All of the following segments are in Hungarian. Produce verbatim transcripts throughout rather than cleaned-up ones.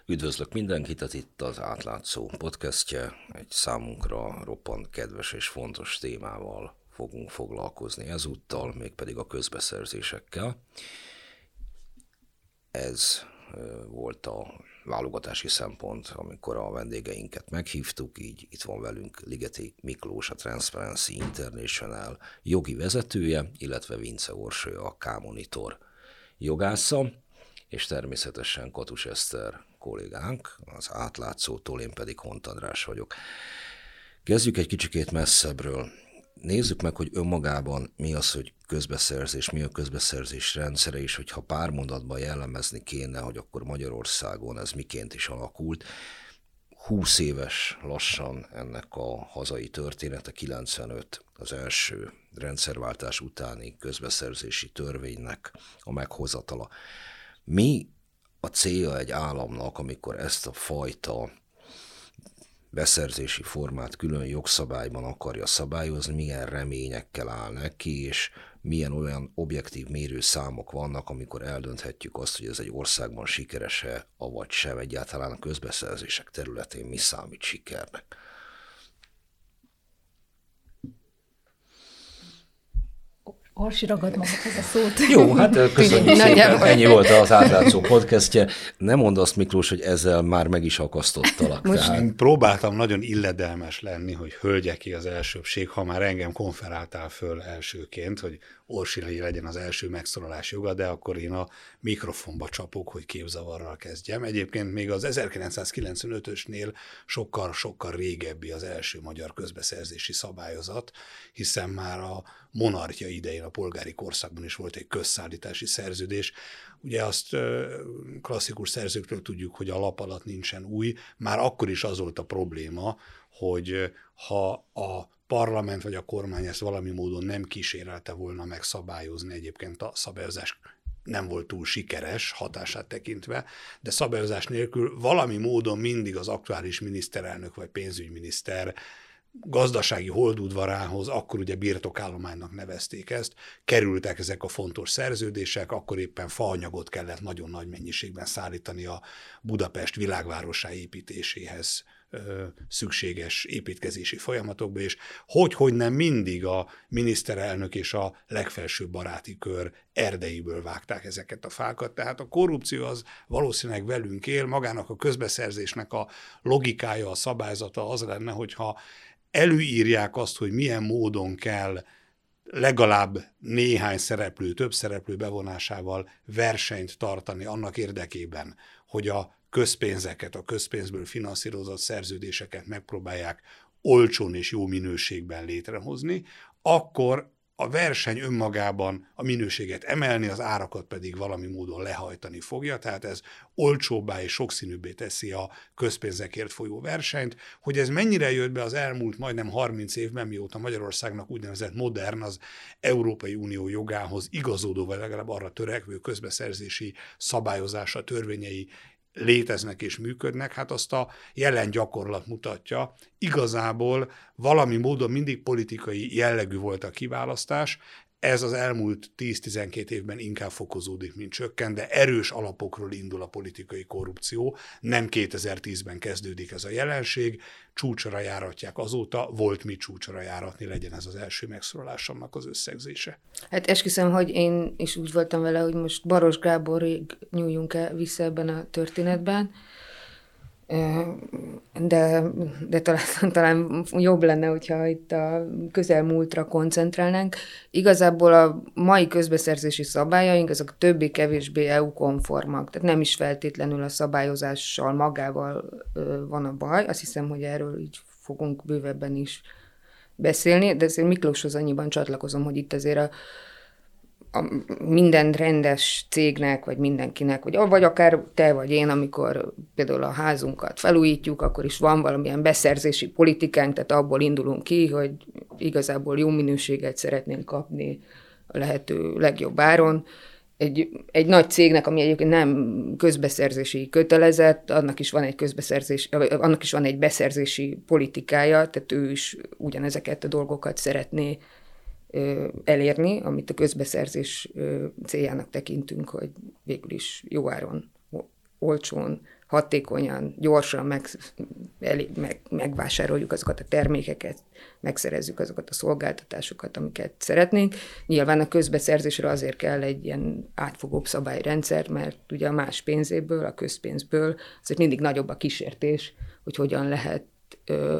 Üdvözlök mindenkit, ez itt az Átlátszó podcastje, egy számunkra roppant kedves és fontos témával fogunk foglalkozni ezúttal, mégpedig a közbeszerzésekkel. Ez volt a válogatási szempont, amikor a vendégeinket meghívtuk, így itt van velünk Ligeti Miklós, a Transparency International jogi vezetője, illetve Vince Orsolya, a K-Monitor jogásza, és természetesen Katus Eszter kollégánk, az Átlátszótól, én pedig Hont András vagyok. Kezdjük egy kicsikét messzebbről. Nézzük meg, hogy önmagában mi az, hogy közbeszerzés, mi a közbeszerzés rendszere, és hogyha pár mondatban jellemezni kéne, hogy akkor Magyarországon ez miként is alakult. húsz éves lassan ennek a hazai története, kilencvenöt az első rendszerváltás utáni közbeszerzési törvénynek a meghozatala. Mi a célja egy államnak, amikor ezt a fajta beszerzési formát külön jogszabályban akarja szabályozni, milyen reményekkel áll neki, és milyen olyan objektív mérőszámok vannak, amikor eldönthetjük azt, hogy ez egy országban sikeres-e, avagy sem, egyáltalán a közbeszerzések területén mi számít sikernek. Orsi ragad magadhoz a szót. Jó, hát köszönjük szépen. Ennyi volt az Átlátszó podcastje. Nem mondd azt, Miklós, hogy ezzel már meg is akasztottalak. Most tehát... Én próbáltam nagyon illedelmes lenni, hogy hölgyeké az elsőbség, ha már engem konferáltál föl elsőként, hogy Orsi legyen az első megszólalás joga, de akkor én a mikrofonba csapok, hogy képzavarral kezdjem. Egyébként még az ezerkilencszázkilencvenötösnél sokkal-sokkal régebbi az első magyar közbeszerzési szabályozat, hiszen már a monarchia idején a polgári korszakban is volt egy közszállítási szerződés. Ugye azt klasszikus szerzőktől tudjuk, hogy a lap alatt nincsen új. Már akkor is az volt a probléma, hogy ha a parlament vagy a kormány ezt valami módon nem kísérelte volna meg szabályozni, egyébként a szabályozás nem volt túl sikeres hatását tekintve, de szabályozás nélkül valami módon mindig az aktuális miniszterelnök vagy pénzügyminiszter gazdasági holdudvarához, akkor ugye birtokállománynak nevezték ezt, kerültek ezek a fontos szerződések, akkor éppen faanyagot kellett nagyon nagy mennyiségben szállítani a Budapest világvárossá építéséhez ö, szükséges építkezési folyamatokba, és hogy-hogy nem mindig a miniszterelnök és a legfelsőbb baráti kör erdeiből vágták ezeket a fákat, tehát a korrupció az valószínűleg velünk él, magának a közbeszerzésnek a logikája, a szabályzata az lenne, hogyha előírják azt, hogy milyen módon kell legalább néhány szereplő, több szereplő bevonásával versenyt tartani annak érdekében, hogy a közpénzeket, a közpénzből finanszírozott szerződéseket megpróbálják olcsón és jó minőségben létrehozni, akkor a verseny önmagában a minőséget emelni, az árakat pedig valami módon lehajtani fogja, tehát ez olcsóbbá és sokszínűbbé teszi a közpénzekért folyó versenyt. Hogy ez mennyire jött be az elmúlt majdnem harminc évben, mióta Magyarországnak úgynevezett modern, az Európai Unió jogához igazodó, vagy legalább arra törekvő közbeszerzési szabályozása, törvényei léteznek és működnek, hát azt a jelen gyakorlat mutatja. Igazából valami módon mindig politikai jellegű volt a kiválasztás, ez az elmúlt tíz-tizenkét évben inkább fokozódik, mint csökken, de erős alapokról indul a politikai korrupció. Nem kétezer-tízben kezdődik ez a jelenség, csúcsra járatják azóta, volt mit csúcsra járatni, legyen ez az első megszólalásomnak az összegzése. Hát esküszöm, hogy én is úgy voltam vele, hogy most Baros Gáborig nyúljunk el vissza ebben a történetben, de, de talán, talán jobb lenne, hogyha itt a közelmúltra koncentrálnánk. Igazából a mai közbeszerzési szabályaink, azok többé-kevésbé é u-konformak, tehát nem is feltétlenül a szabályozással magával van a baj. Azt hiszem, hogy erről így fogunk bővebben is beszélni, de azért Miklóshoz annyiban csatlakozom, hogy itt azért a A minden rendes cégnek, vagy mindenkinek, vagy, vagy akár te vagy én, amikor például a házunkat felújítjuk, akkor is van valamilyen beszerzési politikánk, tehát abból indulunk ki, hogy igazából jó minőséget szeretnénk kapni a lehető legjobb áron. Egy, egy nagy cégnek, ami egyébként nem közbeszerzési kötelezett, annak is van egy közbeszerzés, annak is van egy beszerzési politikája, tehát ő is ugyanezeket a dolgokat szeretné elérni, amit a közbeszerzés céljának tekintünk, hogy végül is jó áron, olcsón, hatékonyan, gyorsan meg, elég, meg, megvásároljuk azokat a termékeket, megszerezzük azokat a szolgáltatásokat, amiket szeretnénk. Nyilván a közbeszerzésre azért kell egy ilyen átfogóbb szabályrendszer, mert ugye a más pénzéből, a közpénzből azért mindig nagyobb a kísértés, hogy hogyan lehet ö,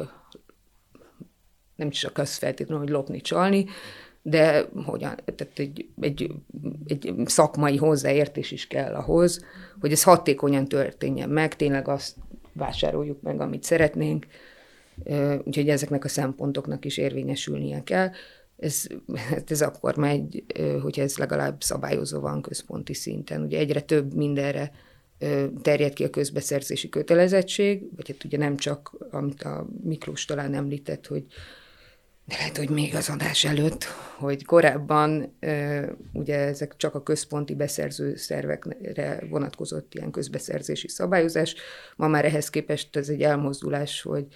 nem is a közfeltétlenül, hogy lopni, csalni, de hogyan, tehát egy, egy, egy szakmai hozzáértés is kell ahhoz, hogy ez hatékonyan történjen meg, tényleg azt vásároljuk meg, amit szeretnénk, úgyhogy ezeknek a szempontoknak is érvényesülnie kell. Ez, ez akkor megy, hogyha ez legalább szabályozó van központi szinten. Ugye egyre több mindenre terjed ki a közbeszerzési kötelezettség, vagy hát ugye nem csak, amit a Miklós talán említett, hogy de lehet, hogy még az adás előtt, hogy korábban ugye ezek csak a központi beszerző szervekre vonatkozott ilyen közbeszerzési szabályozás. Ma már ehhez képest ez egy elmozdulás, hogy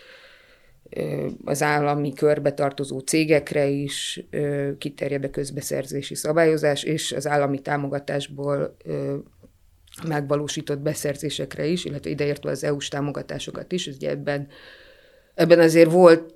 az állami körbe tartozó cégekre is kiterjed a közbeszerzési szabályozás, és az állami támogatásból megvalósított beszerzésekre is, illetve ideértve az é u-s támogatásokat is. Ugye ebben, ebben azért volt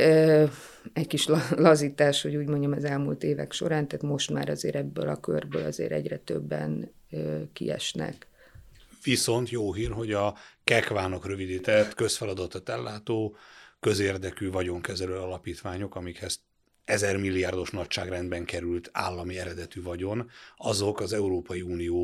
egy kis lazítás, hogy úgy mondjam, az elmúlt évek során, tehát most már azért ebből a körből azért egyre többen kiesnek. Viszont jó hír, hogy a KEKVÁ-nak rövidített közfeladatot ellátó közérdekű vagyonkezelő alapítványok, amikhez ezer milliárdos nagyságrendben került állami eredetű vagyon, azok az Európai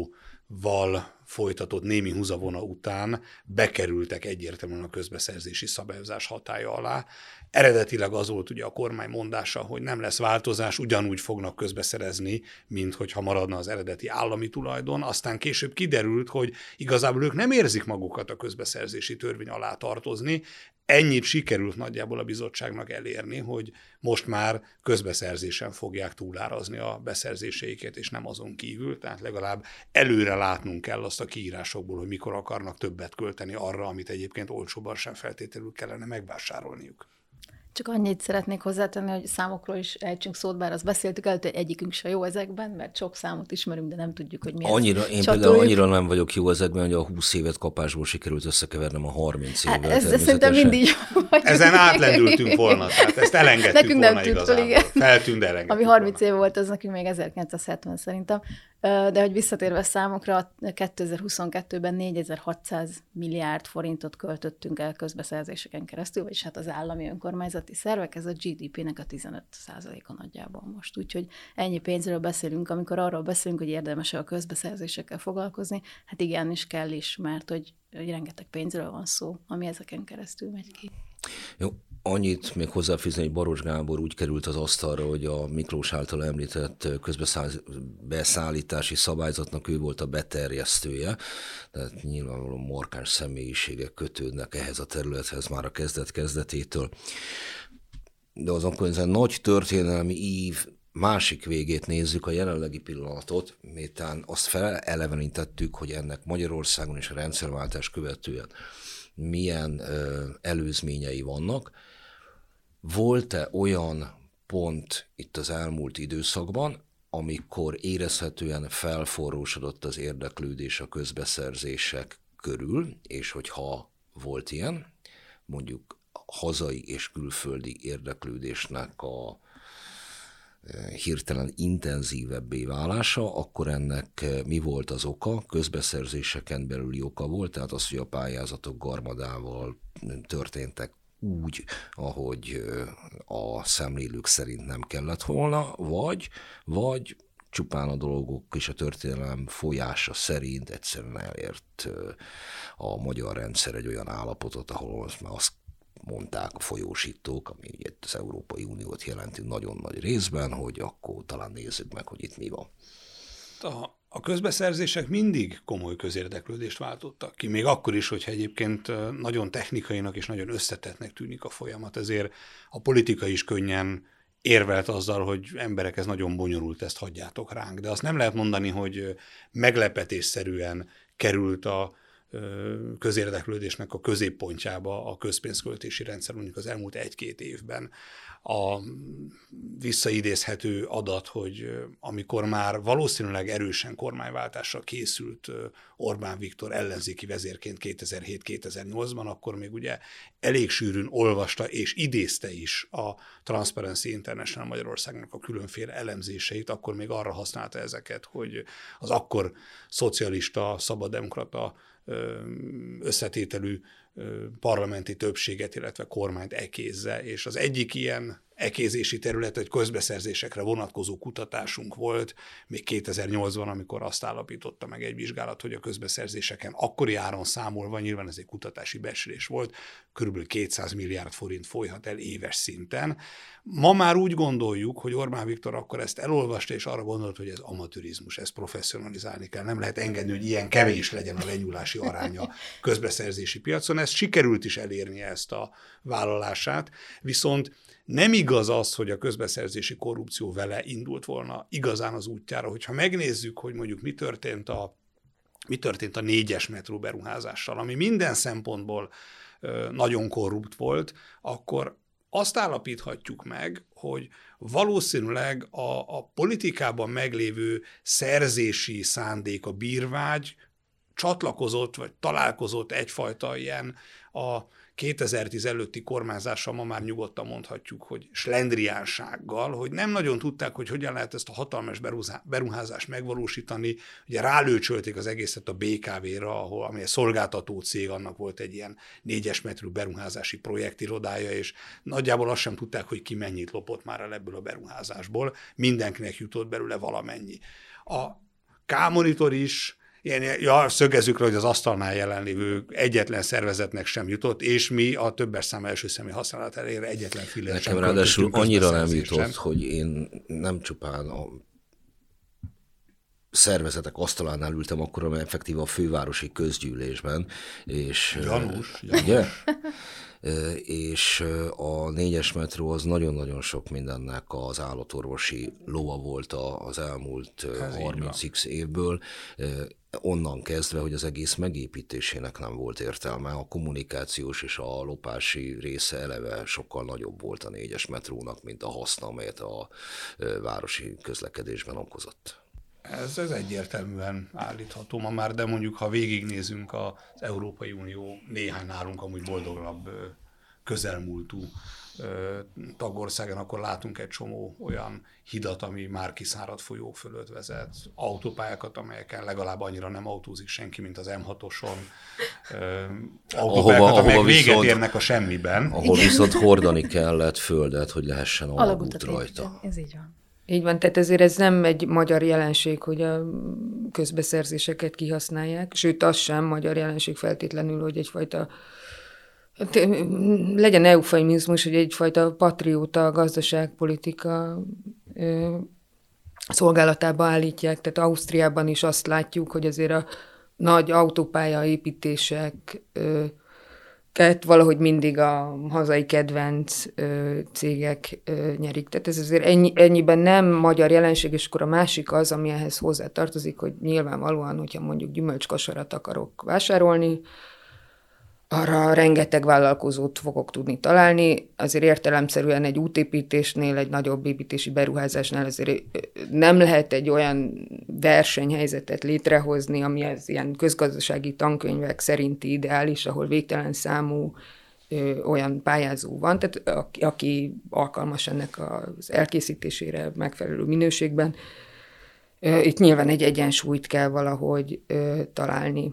Unióval folytatott némi húzavona után bekerültek egyértelműen a közbeszerzési szabályozás hatálya alá. Eredetileg az volt ugye a kormány mondása, hogy nem lesz változás, ugyanúgy fognak közbeszerezni, mint hogyha maradna az eredeti állami tulajdon. Aztán később kiderült, hogy igazából ők nem érzik magukat a közbeszerzési törvény alá tartozni. Ennyit sikerült nagyjából a bizottságnak elérni, hogy most már közbeszerzésen fogják túlárazni a beszerzéseiket, és nem azon kívül. Tehát legalább előre látnunk kell azt a kiírásokból, hogy mikor akarnak többet költeni arra, amit egyébként olcsóban sem feltétlenül kellene megvásárolniuk. Csak annyit szeretnék hozzátenni, hogy számokról is ejtsünk szót, bár azt beszéltük előtt, hogy egyikünk se jó ezekben, mert sok számot ismerünk, de nem tudjuk, hogy mi ez. Annyira, én például annyira nem vagyok jó ezekben, hogy a húsz évet kapásból sikerült összekevernem a harminc évvel. Ez szerintem mindig vagy. Ezen átlendültünk volna, tehát ezt elengedtük nekünk volna nem igazából. Feltűnt, elengedtük Ami harminc év volt, az nekünk még ezerkilencszázhetven szerintem. De hogy visszatérve a számokra, kétezer-huszonkettőben négyezer-hatszáz milliárd forintot költöttünk el közbeszerzéseken keresztül, vagyis hát az állami önkormányzati szervek, ez a gé dé pének a tizenöt százaléka nagyjából most. Úgyhogy ennyi pénzről beszélünk, amikor arról beszélünk, hogy érdemes a közbeszerzésekkel foglalkozni, hát igen, is kell is, mert hogy rengeteg pénzről van szó, ami ezeken keresztül megy ki. Jó. Annyit még hozzáfűzni, hogy Baros Gábor úgy került az asztalra, hogy a Miklós által említett közbeszállítási szabályzatnak ő volt a beterjesztője, tehát nyilvánvalóan markáns személyiségek kötődnek ehhez a területhez már a kezdet-kezdetétől. De azon, hogy ez egy nagy történelmi ív másik végét nézzük, a jelenlegi pillanatot, miután azt felelevenítettük, hogy ennek Magyarországon is a rendszerváltás követően milyen ö, előzményei vannak. Volt-e olyan pont itt az elmúlt időszakban, amikor érezhetően felforrósodott az érdeklődés a közbeszerzések körül, és hogyha volt ilyen, mondjuk hazai és külföldi érdeklődésnek a hirtelen intenzívebbé válása, akkor ennek mi volt az oka? Közbeszerzéseken belüli oka volt, tehát az, hogy a pályázatok garmadával történtek úgy, ahogy a szemlélők szerint nem kellett volna, vagy, vagy csupán a dolgok és a történelem folyása szerint egyszerűen elért a magyar rendszer egy olyan állapotot, ahol már azt mondták a folyósítók, ami ugye az Európai Uniót jelenti nagyon nagy részben, hogy akkor talán nézzük meg, hogy itt mi van. A, a közbeszerzések mindig komoly közérdeklődést váltottak ki, még akkor is, hogyha egyébként nagyon technikainak és nagyon összetettnek tűnik a folyamat, ezért a politika is könnyen érvelt azzal, hogy emberek, ez nagyon bonyolult, ezt hagyjátok ránk. De azt nem lehet mondani, hogy meglepetésszerűen került a közérdeklődésnek a középpontjába a közpénzköltési rendszer mondjuk az elmúlt egy-két évben. a visszaidézhető adat, hogy amikor már valószínűleg erősen kormányváltásra készült Orbán Viktor ellenzéki vezérként kétezer-hét-kétezer-nyolcban, akkor még ugye elég sűrűn olvasta és idézte is a Transparency International Magyarországnak a különféle elemzéseit, akkor még arra használta ezeket, hogy az akkor szocialista, szabaddemokrata összetételű parlamenti többséget, illetve kormányt ekézze, és az egyik ilyen ekézési terület, hogy közbeszerzésekre vonatkozó kutatásunk volt, még kétezer-nyolcban, amikor azt állapította meg egy vizsgálat, hogy a közbeszerzéseken akkori áron számolva, nyilván ez egy kutatási becslés volt, körülbelül kétszáz milliárd forint folyhat el éves szinten. Ma már úgy gondoljuk, hogy Orbán Viktor akkor ezt elolvasta, és arra gondolt, hogy ez amatőrizmus, ezt professzionalizálni kell, nem lehet engedni, hogy ilyen kevés legyen a lenyúlási aránya közbeszerzési piacon. Ez sikerült is elérni, ezt a vállalását, viszont nem igaz az, hogy a közbeszerzési korrupció vele indult volna igazán az útjára. Hogyha megnézzük, hogy mondjuk mi történt a, mi történt a négyes metró beruházással, ami minden szempontból ö, nagyon korrupt volt, akkor azt állapíthatjuk meg, hogy valószínűleg a, a politikában meglévő szerzési szándék, a bírvágy csatlakozott, vagy találkozott egyfajta ilyen a kétezer-tíz előtti kormányzással, ma már nyugodtan mondhatjuk, hogy slendriánsággal, hogy nem nagyon tudták, hogy hogyan lehet ezt a hatalmas beruházást megvalósítani. Ugye rálőcsölték az egészet a bé ká vé-ra, ahol, ami egy szolgáltató cég, annak volt egy ilyen négyes metrű beruházási projektirodája, és nagyjából azt sem tudták, hogy ki mennyit lopott már el ebből a beruházásból. Mindenkinek jutott belőle valamennyi. A K-Monitor is ilyen, ja, szögezzük le, hogy az asztalnál jelenlévő egyetlen szervezetnek sem jutott, és mi a többes szám első személy használat elére egyetlen fillért sem. Nekem ráadásul annyira nem jutott, hogy én nem csupán a szervezetek asztalánál ültem akkor, amely effektíve a fővárosi közgyűlésben, és gyanús, ugye? És a négyes metró az nagyon-nagyon sok mindennek az állatorvosi lova volt az elmúlt harminc x évből, onnan kezdve, hogy az egész megépítésének nem volt értelme, a kommunikációs és a lopási része eleve sokkal nagyobb volt a négyes metrónak, mint a haszna, amelyet a városi közlekedésben okozott. Ez, ez egyértelműen állítható ma már, de mondjuk, ha végignézünk az Európai Unió néhány nálunk amúgy boldogabb közelmúltú tagországon, akkor látunk egy csomó olyan hidat, ami már kiszáradt folyók fölött vezet, autópályákat, amelyeken legalább annyira nem autózik senki, mint az em hatoson, autópályákat, ahova, amelyek véget viszont, érnek a semmiben. Ahol viszont hordani kellett földet, hogy lehessen alagút rajta. Ez így van. Így van, tehát ezért ez nem egy magyar jelenség, hogy a közbeszerzéseket kihasználják, sőt, az sem magyar jelenség feltétlenül, hogy egyfajta, legyen eufemizmus, hogy egyfajta patrióta gazdaságpolitika ö, szolgálatába állítják, tehát Ausztriában is azt látjuk, hogy azért a nagy autópálya építések ö, valahogy mindig a hazai kedvenc ö, cégek ö, nyerik. Tehát ez azért ennyi, ennyiben nem magyar jelenség, és akkor a másik az, ami ehhez hozzá tartozik, hogy nyilvánvalóan, hogyha mondjuk gyümölcskosarat akarok vásárolni, arra rengeteg vállalkozót fogok tudni találni. Azért értelemszerűen egy útépítésnél, egy nagyobb építési beruházásnál azért nem lehet egy olyan versenyhelyzetet létrehozni, ami az ilyen közgazdasági tankönyvek szerinti ideális, ahol végtelen számú ö, olyan pályázó van, tehát aki, aki alkalmas ennek az elkészítésére megfelelő minőségben. Ö, itt nyilván egy egyensúlyt kell valahogy ö, találni.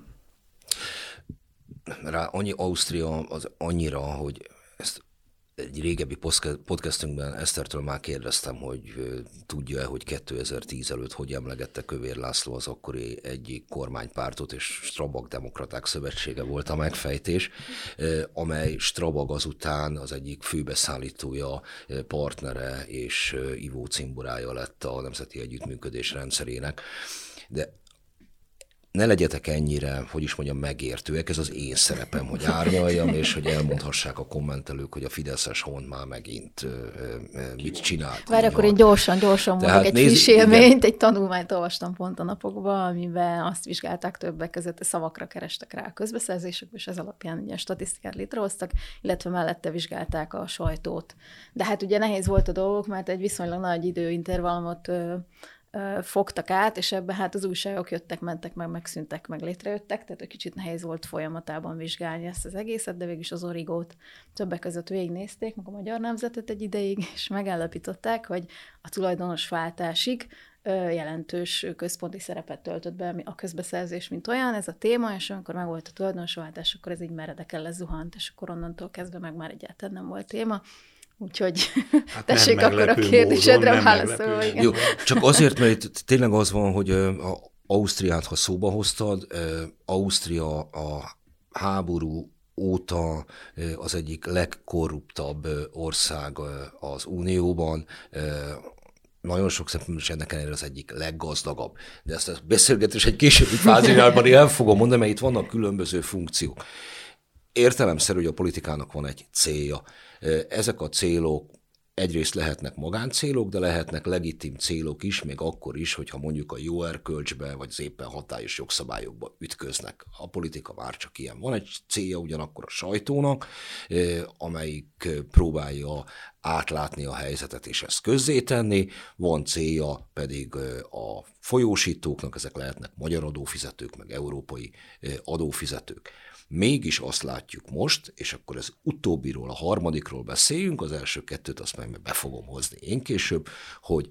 Rá annyi Ausztria az annyira, hogy ezt egy régebbi podcastünkben Esztertől már kérdeztem, hogy tudja-e, hogy kétezer-tíz előtt hogy emlegette Kövér László az akkori egyik kormánypártot, és Strabag Demokraták Szövetsége volt a megfejtés, amely Strabag azután az egyik főbeszállítója, partnere és ivócimborája lett a Nemzeti Együttműködés rendszerének. De ne legyetek ennyire, hogy is mondjam, megértőek, ez az én szerepem, hogy árnyaljam, és hogy elmondhassák a kommentelők, hogy a fideszes hont már megint ö, ö, mit csinált. Várj, akkor én gyorsan, gyorsan mondok egy nézd, friss élményt, igen. egy tanulmányt olvastam pont a napokban, amiben azt vizsgálták többek között, szavakra kerestek rá a közbeszerzésekből, és ez alapján ilyen statisztikát létrehoztak, illetve mellette vizsgálták a sajtót. De hát ugye nehéz volt a dolgok, mert egy viszonylag nagy időintervallumot ö, fogtak át, és ebben hát az újságok jöttek, mentek, meg megszűntek, meg létrejöttek, tehát egy kicsit nehéz volt folyamatában vizsgálni ezt az egészet, de végülis az Origót többek között végignézték, meg a Magyar Nemzetet egy ideig, és megállapították, hogy a tulajdonosváltásig jelentős központi szerepet töltött be a közbeszerzés, mint olyan, ez a téma, és amikor meg volt a tulajdonosváltás, akkor ez így meredeken lezuhant, és akkor onnantól kezdve meg már egyáltalán nem volt téma. Úgyhogy hát tessék akkor a kérdésedre válaszolni. Jó, csak azért, mert itt tényleg az van, hogy a Ausztriát, ha szóba hoztad, Ausztria a háború óta az egyik legkorruptabb ország az Unióban, nagyon sok szempontból is ennek ellenére az egyik leggazdagabb. De ezt a beszélgetés egy későbbi fázisában el fogom mondani, mert itt vannak különböző funkciók. Értelemszerű, hogy a politikának van egy célja. Ezek a célok egyrészt lehetnek magáncélok, de lehetnek legitim célok is, még akkor is, hogyha mondjuk a jó erkölcsbe, vagy az éppen hatályos jogszabályokba ütköznek. A politika már csak ilyen. Van egy célja ugyanakkor a sajtónak, amelyik próbálja átlátni a helyzetet és ezt közzétenni, van célja pedig a folyósítóknak, ezek lehetnek magyar adófizetők, meg európai adófizetők. Mégis azt látjuk most, és akkor ez utóbbiról, a harmadikról beszéljünk, az első kettőt azt meg be fogom hozni én később, hogy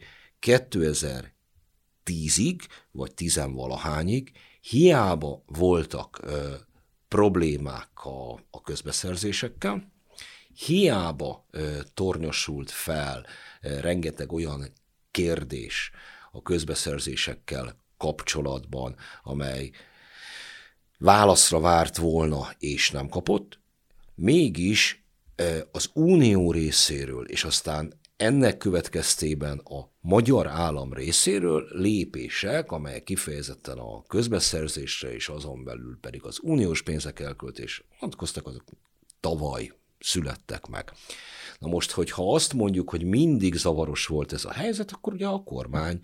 kétezer-tízig, vagy tizenvalahányig hiába voltak ö, problémák a, a közbeszerzésekkel, hiába ö, tornyosult fel ö, rengeteg olyan kérdés a közbeszerzésekkel kapcsolatban, amely válaszra várt volna, és nem kapott, mégis az unió részéről, és aztán ennek következtében a magyar állam részéről lépések, amelyek kifejezetten a közbeszerzésre, és azon belül pedig az uniós pénzek elköltés vonatkoztak, azok tavaly születtek meg. Na most, hogyha azt mondjuk, hogy mindig zavaros volt ez a helyzet, akkor ugye a kormány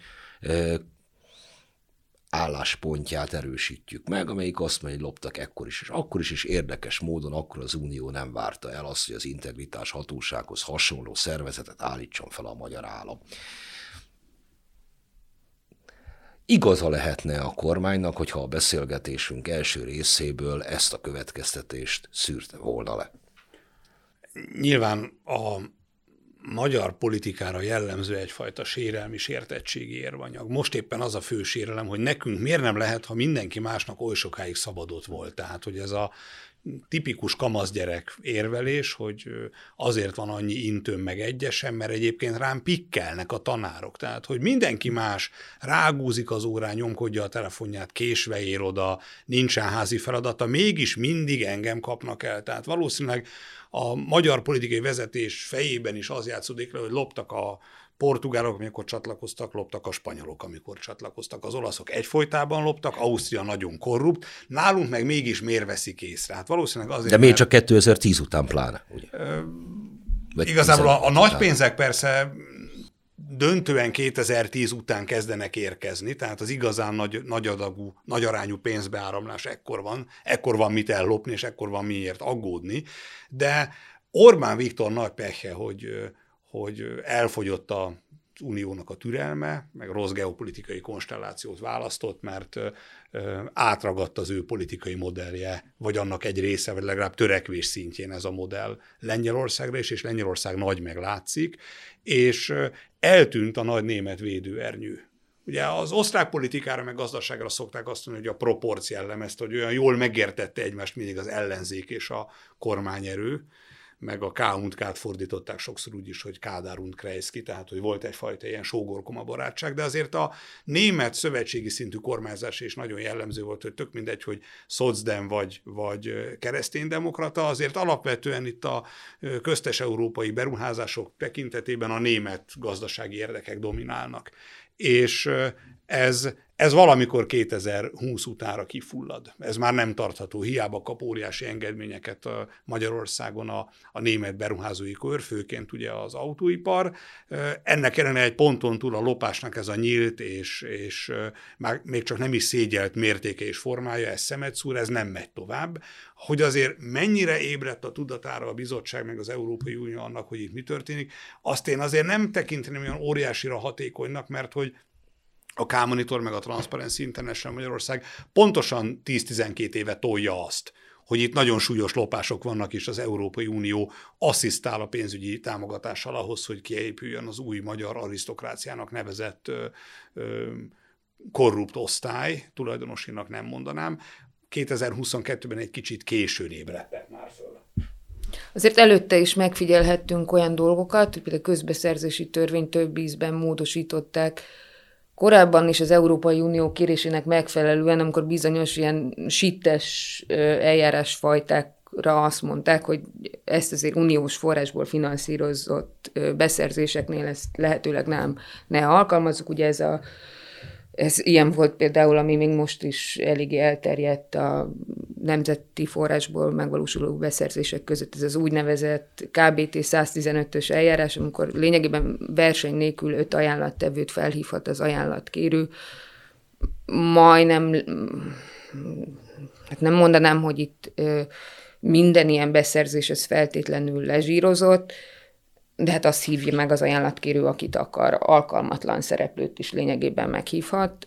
álláspontját erősítjük meg, amelyik azt mondja, hogy loptak ekkor is, és akkor is, és érdekes módon akkor az Unió nem várta el azt, hogy az integritás hatósághoz hasonló szervezetet állítson fel a magyar állam. Igaza lehetne a kormánynak, hogyha a beszélgetésünk első részéből ezt a következtetést szűrte volna le. Nyilván a magyar politikára jellemző egyfajta sérelmi sértettségi érvanyag. Most éppen az a fő sérelem, hogy nekünk miért nem lehet, ha mindenki másnak oly sokáig szabadott volt. Tehát, hogy ez a tipikus kamaszgyerek érvelés, hogy azért van annyi intőm meg egyesen, mert egyébként rám pikkelnek a tanárok. Tehát, hogy mindenki más rágúzik az órán, nyomkodja a telefonját, késve ér oda, nincsen házi feladata, mégis mindig engem kapnak el. Tehát valószínűleg a magyar politikai vezetés fejében is az játszódik le, hogy loptak a portugálok, amikor csatlakoztak, loptak a spanyolok, amikor csatlakoztak. Az olaszok egyfolytában loptak, Ausztria nagyon korrupt, nálunk meg mégis miért veszik észre? Hát valószínűleg azért, de még csak kétezer-tíz után pláne, ugye? Ö, igazából a, a nagy pénzek persze döntően kétezer-tíz után kezdenek érkezni, tehát az igazán nagy, nagy adagú, nagy arányú pénzbeáramlás ekkor van, ekkor van mit ellopni, és ekkor van miért aggódni, de Orbán Viktor nagy pehje, hogy, hogy elfogyott az uniónak a türelme, meg rossz geopolitikai konstellációt választott, mert átragadt az ő politikai modellje, vagy annak egy része, vagy legalább törekvés szintjén ez a modell Lengyelországra is, és Lengyelország nagy meglátszik, és eltűnt a nagy német védőernyő. Ugye az osztrák politikára meg gazdaságra szokták azt mondani, hogy a proporc jellemezte, hogy olyan jól megértette egymást mindig az ellenzék és a kormányerő, meg a K und K-t fordították sokszor úgy is, hogy Kádár und Kreisky, tehát hogy volt egyfajta ilyen sógorkoma barátság, de azért a német szövetségi szintű kormányzás is nagyon jellemző volt, hogy tök mindegy, hogy szocdem vagy, vagy kereszténydemokrata, azért alapvetően itt a köztes európai beruházások tekintetében a német gazdasági érdekek dominálnak. És ez Ez valamikor kétezer-húsz utánra kifullad. Ez már nem tartható. Hiába kap óriási engedményeket a Magyarországon a, a német beruházói kör, főként ugye az autóipar. Ennek ellenére egy ponton túl a lopásnak ez a nyílt és, és már még csak nem is szégyelt mértéke és formája, ez szemet szúr, ez nem megy tovább. Hogy azért mennyire ébredt a tudatára a bizottság meg az Európai Unió annak, hogy itt mi történik, azt én azért nem tekinteném olyan óriásira hatékonynak, mert hogy a K-Monitor meg a Transparency International Magyarország pontosan tíz-tizenkét éve tolja azt, hogy itt nagyon súlyos lopások vannak, és az Európai Unió asszisztál a pénzügyi támogatással ahhoz, hogy kiépüljön az új magyar arisztokráciának nevezett ö, ö, korrupt osztály, tulajdonosinak nem mondanám. kétezer-huszonkettőben egy kicsit későn ébredtek már föl. Azért előtte is megfigyelhettünk olyan dolgokat, hogy például a közbeszerzési törvényt több ízben módosították, korábban is az Európai Unió kérésének megfelelően, amikor bizonyos ilyen sittes eljárásfajtákra azt mondták, hogy ezt azért uniós forrásból finanszírozott beszerzéseknél ezt lehetőleg nem ne alkalmazzuk. Ugye ez a Ez ilyen volt például, ami még most is eléggé elterjedt a nemzeti forrásból megvalósuló beszerzések között. Ez az úgynevezett K B T száztizenötös eljárás, amikor lényegében verseny nélkül öt ajánlattevőt felhívhat az ajánlatkérő. Majdnem, hát nem mondanám, hogy itt minden ilyen beszerzés ez feltétlenül lezsírozott, de hát azt hívja meg az ajánlatkérő, akit akar, alkalmatlan szereplőt is lényegében meghívhat.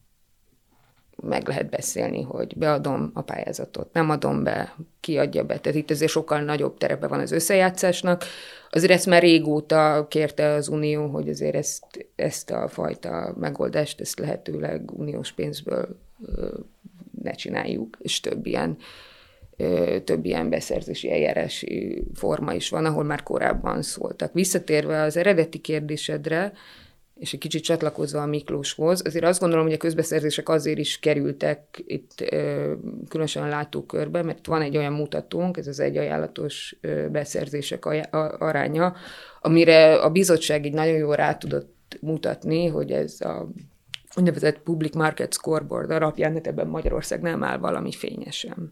Meg lehet beszélni, hogy beadom a pályázatot, nem adom be, kiadja be. Tehát itt azért sokkal nagyobb terepe van az összejátszásnak. Azért ezt már régóta kérte az Unió, hogy azért ezt, ezt a fajta megoldást, ezt lehetőleg uniós pénzből ne csináljuk, és több ilyen több ilyen beszerzési eljárási forma is van, ahol már korábban szóltak. Visszatérve az eredeti kérdésedre, és egy kicsit csatlakozva a Miklóshoz, azért azt gondolom, hogy a közbeszerzések azért is kerültek itt különösen a látókörbe, mert van egy olyan mutatónk, ez az egyajánlatos beszerzések aránya, amire a bizottság így nagyon jól rá tudott mutatni, hogy ez a úgynevezett Public Market Scoreboard alapján, hát ebben Magyarország nem áll valami fényesen.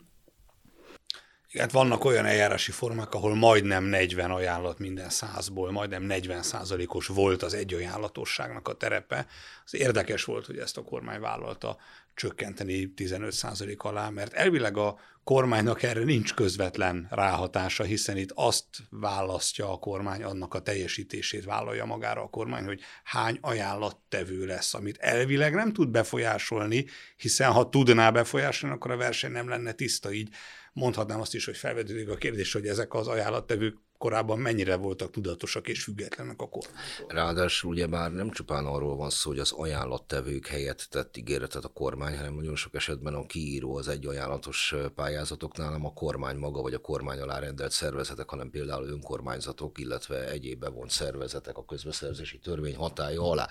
Hát vannak olyan eljárási formák, ahol majdnem negyven ajánlat minden százból, majdnem negyven százalékos volt az egyajánlatosságnak a terepe. Az érdekes volt, hogy ezt a kormány vállalta csökkenteni tizenöt százalék alá, mert elvileg a kormánynak erre nincs közvetlen ráhatása, hiszen itt azt választja a kormány, annak a teljesítését vállalja magára a kormány, hogy hány ajánlattevő lesz, amit elvileg nem tud befolyásolni, hiszen ha tudná befolyásolni, akkor a verseny nem lenne tiszta, így mondhatnám azt is, hogy felvetődik a kérdés, hogy ezek az ajánlattevők korábban mennyire voltak tudatosak és függetlenek a kormánytól. Ráadásul ugye már nem csupán arról van szó, hogy az ajánlattevők helyett tett ígéretet a kormány, hanem nagyon sok esetben a kiíró az egy ajánlatos pályázatoknál nem a kormány maga vagy a kormány alá rendelt szervezetek, hanem például önkormányzatok, illetve egyéb bevont szervezetek a közbeszerzési törvény hatálya alá.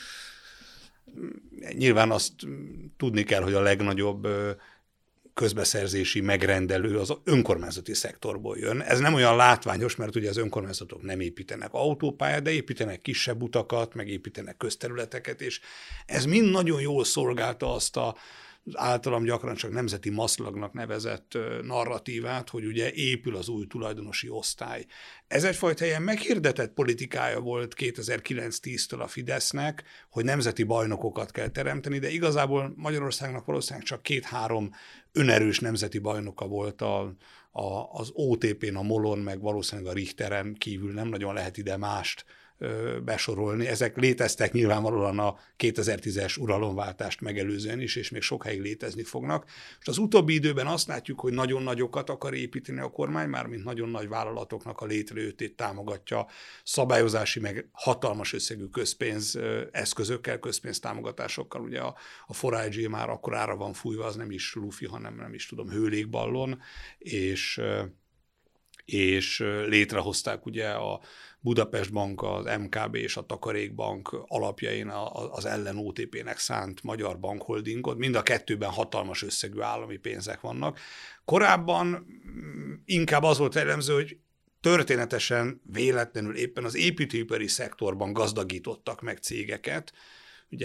Nyilván azt tudni kell, hogy a legnagyobb közbeszerzési megrendelő az önkormányzati szektorból jön. Ez nem olyan látványos, mert ugye az önkormányzatok nem építenek autópályát, de építenek kisebb utakat, meg építenek közterületeket, és ez mind nagyon jól szolgálta azt a az általam gyakran csak nemzeti maszlagnak nevezett narratívát, hogy ugye épül az új tulajdonosi osztály. Ez egyfajta ilyen meghirdetett politikája volt kétezer-kilenc-tíztől a Fidesznek, hogy nemzeti bajnokokat kell teremteni, de igazából Magyarországnak valószínűleg csak két-három önerős nemzeti bajnoka volt a, a, az o té pén, a Molon, meg valószínűleg a Richteren kívül nem nagyon lehet ide mást besorolni. Ezek léteztek nyilvánvalóan a kétezer-tízes uralomváltást megelőzően is, és még sokáig létezni fognak. És az utóbbi időben azt látjuk, hogy nagyon nagyokat akar építeni a kormány, mármint nagyon nagy vállalatoknak a létrejöttét támogatja szabályozási, meg hatalmas összegű közpénz eszközökkel, közpénztámogatásokkal. Ugye a, a négy G már akkorára van fújva, az nem is lufi, hanem nem is tudom, hőlékballon, és, és létrehozták ugye a Budapest Bank, az em ká bé és a Takarékbank alapjain az ellen o té pének szánt Magyar Bankholdingot. Mind a kettőben hatalmas összegű állami pénzek vannak. Korábban inkább az volt jellemző, hogy történetesen, véletlenül éppen az építőipari szektorban gazdagítottak meg cégeket. Ugye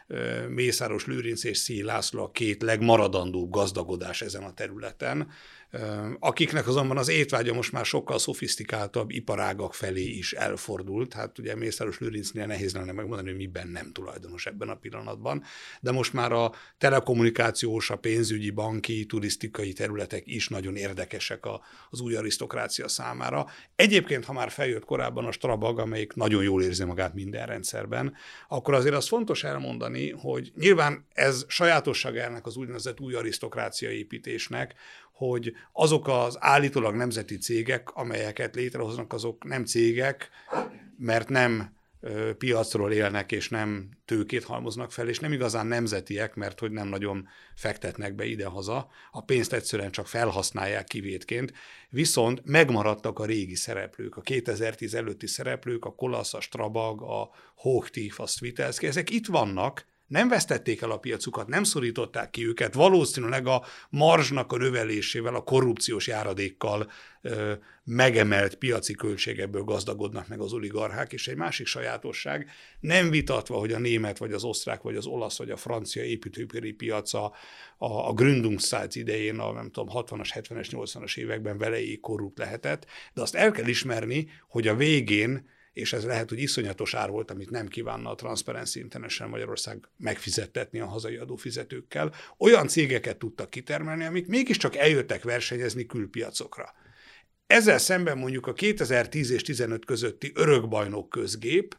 Mészáros Lőrinc és Széll László a két legmaradandóbb gazdagodás ezen a területen, akiknek azonban az étvágya most már sokkal szofisztikáltabb iparágak felé is elfordult. Hát ugye Mészáros Lőrincnél nehéz lenne megmondani, hogy miben nem tulajdonos ebben a pillanatban, de most már a telekommunikációs, a pénzügyi, banki, turisztikai területek is nagyon érdekesek az új arisztokrácia számára. Egyébként, ha már feljött korábban a Strabag, amelyik nagyon jól érzi magát minden rendszerben, akkor azért az fontos elmondani, hogy nyilván ez sajátossága ennek az úgynevezett új arisztokrácia építésnek, hogy azok az állítólag nemzeti cégek, amelyeket létrehoznak, azok nem cégek, mert nem ö, piacról élnek, és nem tőkét halmoznak fel, és nem igazán nemzetiek, mert hogy nem nagyon fektetnek be idehaza, a pénzt egyszerűen csak felhasználják kivétként, viszont megmaradtak a régi szereplők, a kétezer-tíz előtti szereplők, a Kolasz, a Strabag, a Hochtief, a Svitelszky, ezek itt vannak, nem vesztették el a piacukat, nem szorították ki őket, valószínűleg a marzsnak a növelésével, a korrupciós járadékkal ö, megemelt piaci költségekből gazdagodnak meg az oligarchák, és egy másik sajátosság, nem vitatva, hogy a német, vagy az osztrák, vagy az olasz, vagy a francia építőipari piaca a, a Gründungszeit idején, a nem tudom, hatvanas, hetvenes, nyolcvanas években veleig korrupt lehetett, de azt el kell ismerni, hogy a végén, és ez lehet, hogy iszonyatos ár volt, amit nem kívánna a Transparency International Magyarország megfizettetni a hazai adófizetőkkel, olyan cégeket tudtak kitermelni, amik mégiscsak eljöttek versenyezni külpiacokra. Ezzel szemben mondjuk a kétezer-tíz és tizenöt közötti örökbajnok közgép,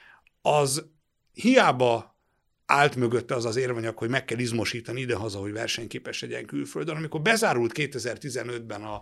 az hiába állt mögötte az az érvanyag, hogy meg kell izmosítani idehaza, hogy versenyképes legyen külföldön. Amikor bezárult kétezer-tizenötben a,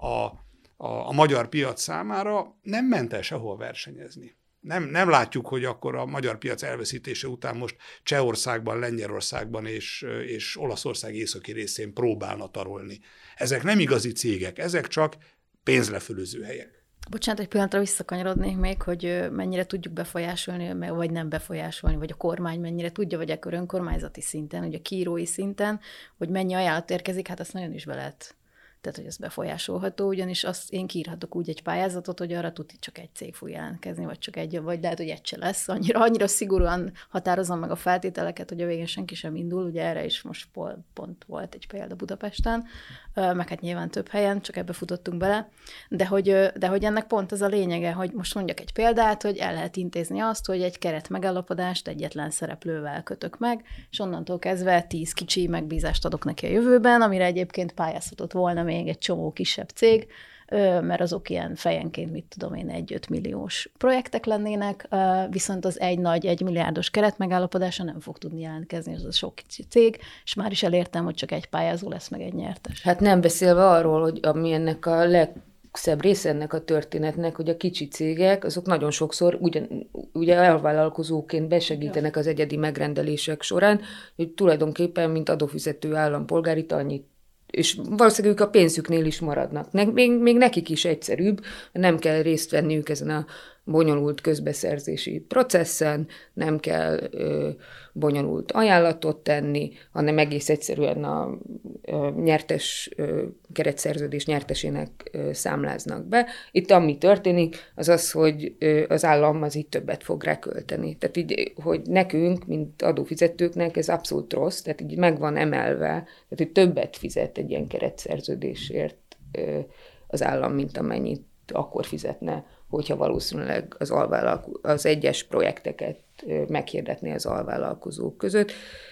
a a, a magyar piac számára, nem ment el sehol versenyezni. Nem, nem látjuk, hogy akkor a magyar piac elveszítése után most Csehországban, Lengyelországban és, és Olaszország északi részén próbálna tarolni. Ezek nem igazi cégek, ezek csak pénzlefölöző helyek. Bocsánat, egy pillanatra visszakanyarodnék még, hogy mennyire tudjuk befolyásolni, vagy nem befolyásolni, vagy a kormány mennyire tudja, vagy akkor önkormányzati szinten, vagy a kiírói szinten, hogy mennyi ajánlat érkezik, hát azt nagyon is be lehet. Tehát, hogy ez befolyásolható, ugyanis azt én kiírhatok úgy egy pályázatot, hogy arra tuti csak egy cég fog jelentkezni, vagy csak egy, vagy lehet, hogy egy se lesz. Annyira, annyira szigorúan határozom meg a feltételeket, hogy a végén senki sem indul. Ugye erre is most pont volt egy példa Budapesten, meg hát nyilván több helyen, csak ebbe futottunk bele. De hogy, de hogy ennek pont az a lényege, hogy most mondjak egy példát, hogy el lehet intézni azt, hogy egy keret megállapodást egyetlen szereplővel kötök meg, és onnantól kezdve tíz kicsi megbízást adok neki a jövőben, amire egyébként pályázhatott volna még egy csomó kisebb cég, mert azok ilyen fejenként, mit tudom én, egy-öt milliós projektek lennének, viszont az egy nagy, egy milliárdos keretmegállapodása nem fog tudni jelentkezni, az a sok kicsi cég, és már is elértem, hogy csak egy pályázó lesz, meg egy nyertes. Hát nem beszélve arról, hogy ami ennek a legszebb része ennek a történetnek, hogy a kicsi cégek, azok nagyon sokszor ugyan, ugye elvállalkozóként besegítenek az egyedi megrendelések során, hogy tulajdonképpen, mint adófizető állampolgár, itt annyit, és valószínűleg ők a pénzüknél is maradnak. Még, még nekik is egyszerűbb, nem kell részt venniük ezen a bonyolult közbeszerzési processzen, nem kell ö, bonyolult ajánlatot tenni, hanem egész egyszerűen a ö, nyertes ö, keretszerződés nyertesének ö, számláznak be. Itt ami történik, az az, hogy ö, az állam az így többet fog rá költeni. Tehát így, hogy nekünk, mint adófizetőknek ez abszolút rossz, tehát így meg van emelve, tehát hogy többet fizet egy ilyen keretszerződésért ö, az állam, mint amennyit akkor fizetne, hogyha valószínűleg az, alvállalko- az egyes projekteket meghirdetné az alvállalkozók között.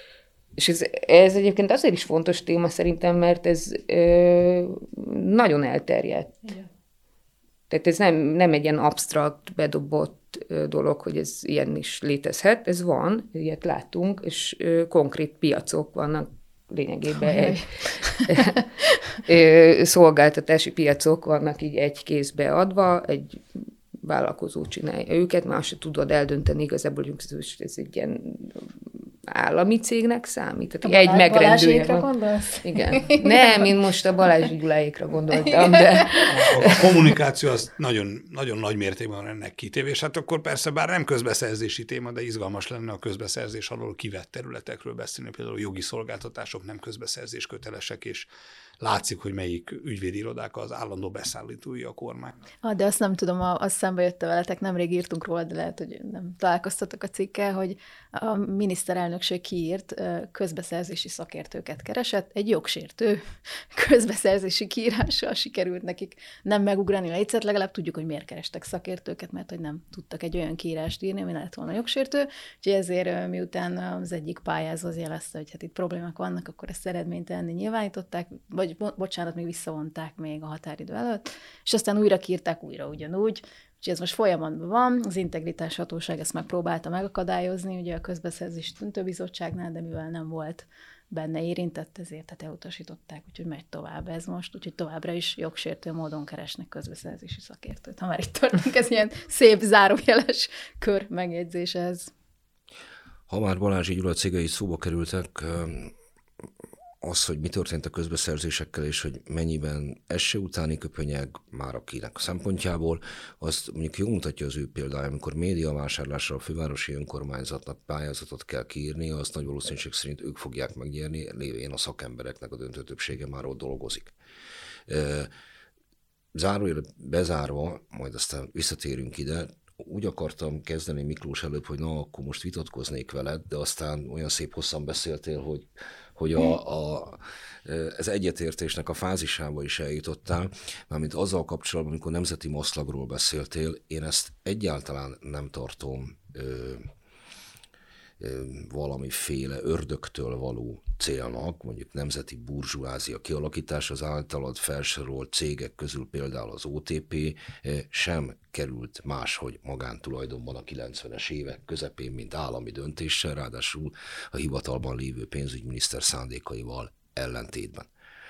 És ez, ez egyébként azért is fontos téma szerintem, mert ez ö, nagyon elterjedt. Igen. Tehát ez nem, nem egy ilyen absztrakt, bedobott ö, dolog, hogy ez ilyen is létezhet. Ez van, ilyet látunk, és ö, konkrét piacok vannak lényegében egy szolgáltatási piacok vannak így egy kézbe adva, egy vállalkozó csinálja őket, más se tudod eldönteni igazából, hogy ez egy ilyen állami cégnek számít. Tehát egy megrendülje van. Gondolsz? Igen. Nem, én most a Balázs Gyuláékra gondoltam, de... A kommunikáció az nagyon, nagyon nagy mértékben van ennek kitéve, és hát akkor persze bár nem közbeszerzési téma, de izgalmas lenne a közbeszerzés alól kivett területekről beszélni, például jogi szolgáltatások nem közbeszerzés kötelesek, és látszik, hogy melyik ügyvédi irodák az állandó beszállítói a kormány. Ah, de azt nem tudom, azt szembe jött veletek, nemrég írtunk róla, de lehet, hogy nem találkoztatok a cikkel, hogy a miniszterelnök ügynökség kiírt közbeszerzési szakértőket keresett, egy jogsértő közbeszerzési kiírással sikerült nekik nem megugrani lécet, legalább tudjuk, hogy miért kerestek szakértőket, mert hogy nem tudtak egy olyan kiírást írni, ami lehet volna jogsértő, úgyhogy ezért miután az egyik pályázó az jelezte, hogy hát itt problémák vannak, akkor ezt eredménytelenné nyilvánították, vagy bocsánat, még visszavonták még a határidő előtt, és aztán újra kiírták újra ugyanúgy. Úgyhogy ez most folyamatban van, az integritás hatóság ezt megpróbálta megakadályozni, ugye a közbeszerzési döntőbizottságnál, de mivel nem volt benne érintett, ezért tehát elutasították, úgyhogy megy tovább ez most, úgyhogy továbbra is jogsértő módon keresnek közbeszerzési szakértőt. Ha már itt tartunk, ez ilyen szép zárójeles kör megjegyzés ez. Ha már Balázsi Gyula cégei szóba kerültek, az, hogy mi történt a közbeszerzésekkel, és hogy mennyiben esse utáni köpönyeg már akinek a szempontjából, azt mondjuk jól mutatja az ő példája, amikor médiavásárlásra a fővárosi önkormányzatnak pályázatot kell kiírni, azt nagy valószínűség szerint ők fogják megnyerni, lévén a szakembereknek a döntő többsége már ott dolgozik. Zárójel bezárva, majd aztán visszatérünk ide, úgy akartam kezdeni Miklós előbb, hogy na, akkor most vitatkoznék veled, de aztán olyan szép hosszan beszéltél, hogy, hogy a, a, ez egyetértésnek a fázisába is eljutottál, mármint azzal kapcsolatban, amikor nemzeti maszlagról beszéltél, én ezt egyáltalán nem tartom ö, ö, valamiféle ördögtől való célnak, mondjuk nemzeti burzsúázia kialakítás, az általad felsorolt cégek közül például az o té pé sem került máshogy magántulajdonban a kilencvenes évek közepén, mint állami döntéssel, ráadásul a hivatalban lévő pénzügyminiszter szándékaival ellentétben.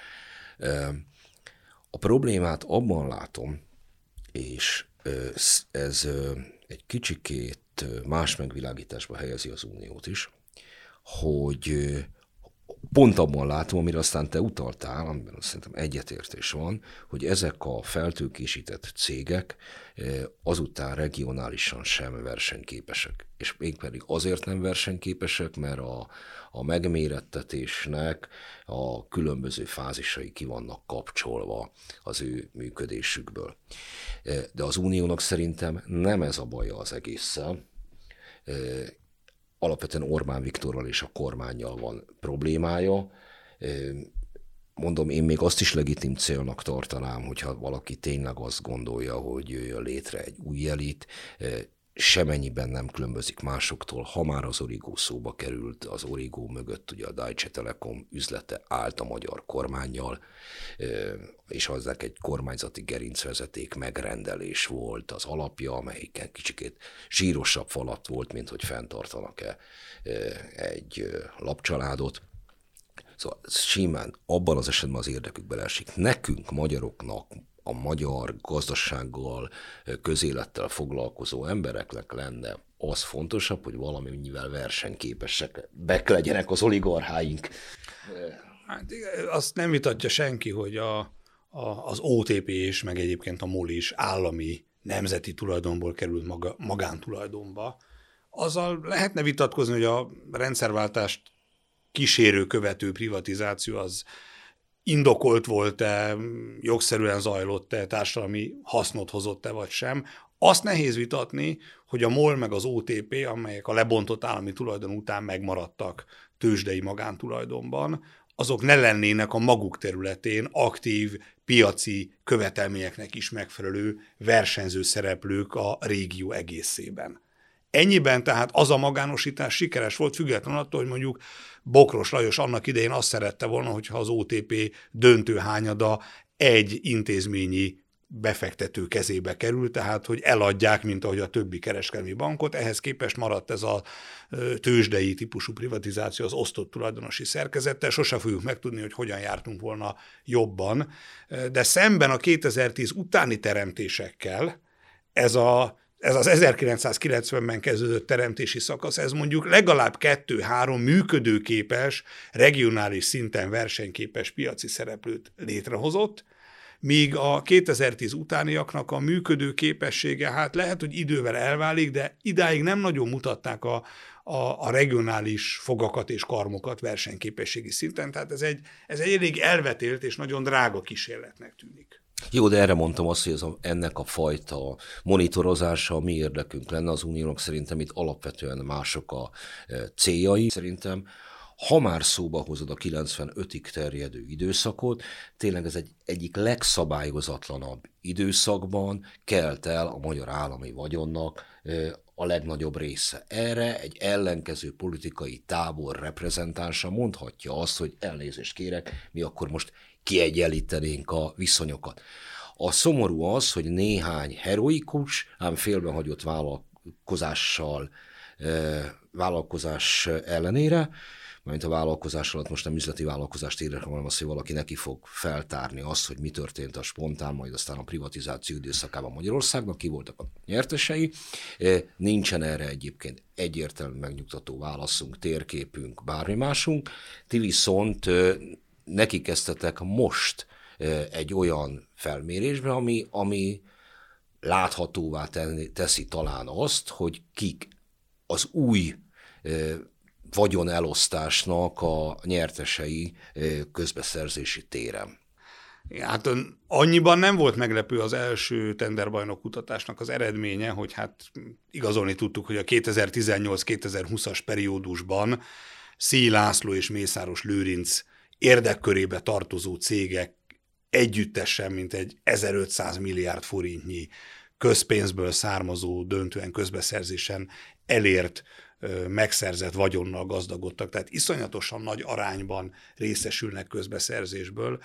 A problémát abban látom, és ez egy kicsikét más megvilágításba helyezi az Uniót is, hogy pont abban látom, amire aztán te utaltál, amiben azt szerintem egyetértés van, hogy ezek a feltőkésített cégek azután regionálisan sem versenyképesek. És mégpedig azért nem versenyképesek, mert a, a megmérettetésnek a különböző fázisai ki vannak kapcsolva az ő működésükből. De az Uniónak szerintem nem ez a baja az egésszel. Alapvetően Orbán Viktorral és a kormánnyal van problémája. Mondom, én még azt is legitim célnak tartanám, hogyha valaki tényleg azt gondolja, hogy jöjjön létre egy új elit, semennyiben nem különbözik másoktól, ha már az Origo szóba került, az Origo mögött ugye a Deutsche Telekom üzlete állt a magyar kormánnyal, és aznak egy kormányzati gerincvezeték megrendelés volt az alapja, amelyiken kicsikét zsírosabb falat volt, mint hogy fenntartanak-e egy lapcsaládot. Szóval simán abban az esetben az érdekükbe esik. Nekünk, magyaroknak, a magyar gazdasággal, közélettel foglalkozó embereknek lenne az fontosabb, hogy valamennyivel versenyképesek legyenek az oligarcháink. Hát, azt nem vitatja senki, hogy a, a, az o té pé is, meg egyébként a MOL is állami nemzeti tulajdonból került maga, magántulajdonba. Azzal lehetne vitatkozni, hogy a rendszerváltást kísérő, követő privatizáció az indokolt volt-e, jogszerűen zajlott-e, társadalmi hasznot hozott-e vagy sem. Azt nehéz vitatni, hogy a MOL meg az o té pé, amelyek a lebontott állami tulajdon után megmaradtak tőzsdei magántulajdonban, azok ne lennének a maguk területén aktív piaci követelményeknek is megfelelő versenyző szereplők a régió egészében. Ennyiben tehát az a magánosítás sikeres volt, függetlenül attól, hogy mondjuk Bokros Lajos annak idején azt szerette volna, hogyha az o té pé döntő hányada egy intézményi befektető kezébe kerül, tehát hogy eladják, mint ahogy a többi kereskedelmi bankot. Ehhez képest maradt ez a tőzsdei típusú privatizáció az osztott tulajdonosi szerkezettel. Sose fogjuk megtudni, hogy hogyan jártunk volna jobban. De szemben a kétezer-tíz utáni teremtésekkel ez a Ez az ezerkilencszázkilencvenben kezdődött teremtési szakasz, ez mondjuk legalább kettő-három működőképes, regionális szinten versenyképes piaci szereplőt létrehozott, míg a kétezer-tíz utániaknak a működőképessége, hát lehet, hogy idővel elválik, de idáig nem nagyon mutatták a, a, a regionális fogakat és karmokat versenyképességi szinten, tehát ez egy, ez egy elég elvetélt és nagyon drága kísérletnek tűnik. Jó, de erre mondtam azt, hogy ez a, ennek a fajta monitorozása mi érdekünk lenne az uniónak, szerintem itt alapvetően mások a céljai. Szerintem, ha már szóba hozod a kilencvenötig terjedő időszakot, tényleg ez egy egyik legszabályozatlanabb időszakban kelt el a magyar állami vagyonnak a legnagyobb része. Erre egy ellenkező politikai tábor reprezentánsa mondhatja azt, hogy elnézést kérek, mi akkor most kiegyenlítenénk a viszonyokat. A szomorú az, hogy néhány heroikus, ám félbehagyott vállalkozással, vállalkozás ellenére, mert a vállalkozás alatt most nem üzleti vállalkozást érek, hanem az, hogy valaki neki fog feltárni azt, hogy mi történt a spontán, majd aztán a privatizáció időszakában Magyarországnak, ki voltak a nyertesei. Nincsen erre egyébként egyértelmű megnyugtató válaszunk, térképünk, bármi másunk. Ti viszont neki kezdtetek most egy olyan felmérésbe, ami, ami láthatóvá tenni, teszi talán azt, hogy kik az új vagyonelosztásnak a nyertesei közbeszerzési téren. Hát annyiban nem volt meglepő az első tenderbajnok kutatásnak az eredménye, hogy hát igazolni tudtuk, hogy a kétezer-tizennyolc kétezer-húszas periódusban Szély László és Mészáros Lőrinc érdekkörébe tartozó cégek együttesen, mint egy ezerötszáz milliárd forintnyi közpénzből származó, döntően közbeszerzésen elért, megszerzett vagyonnal gazdagodtak, tehát iszonyatosan nagy arányban részesülnek közbeszerzésből.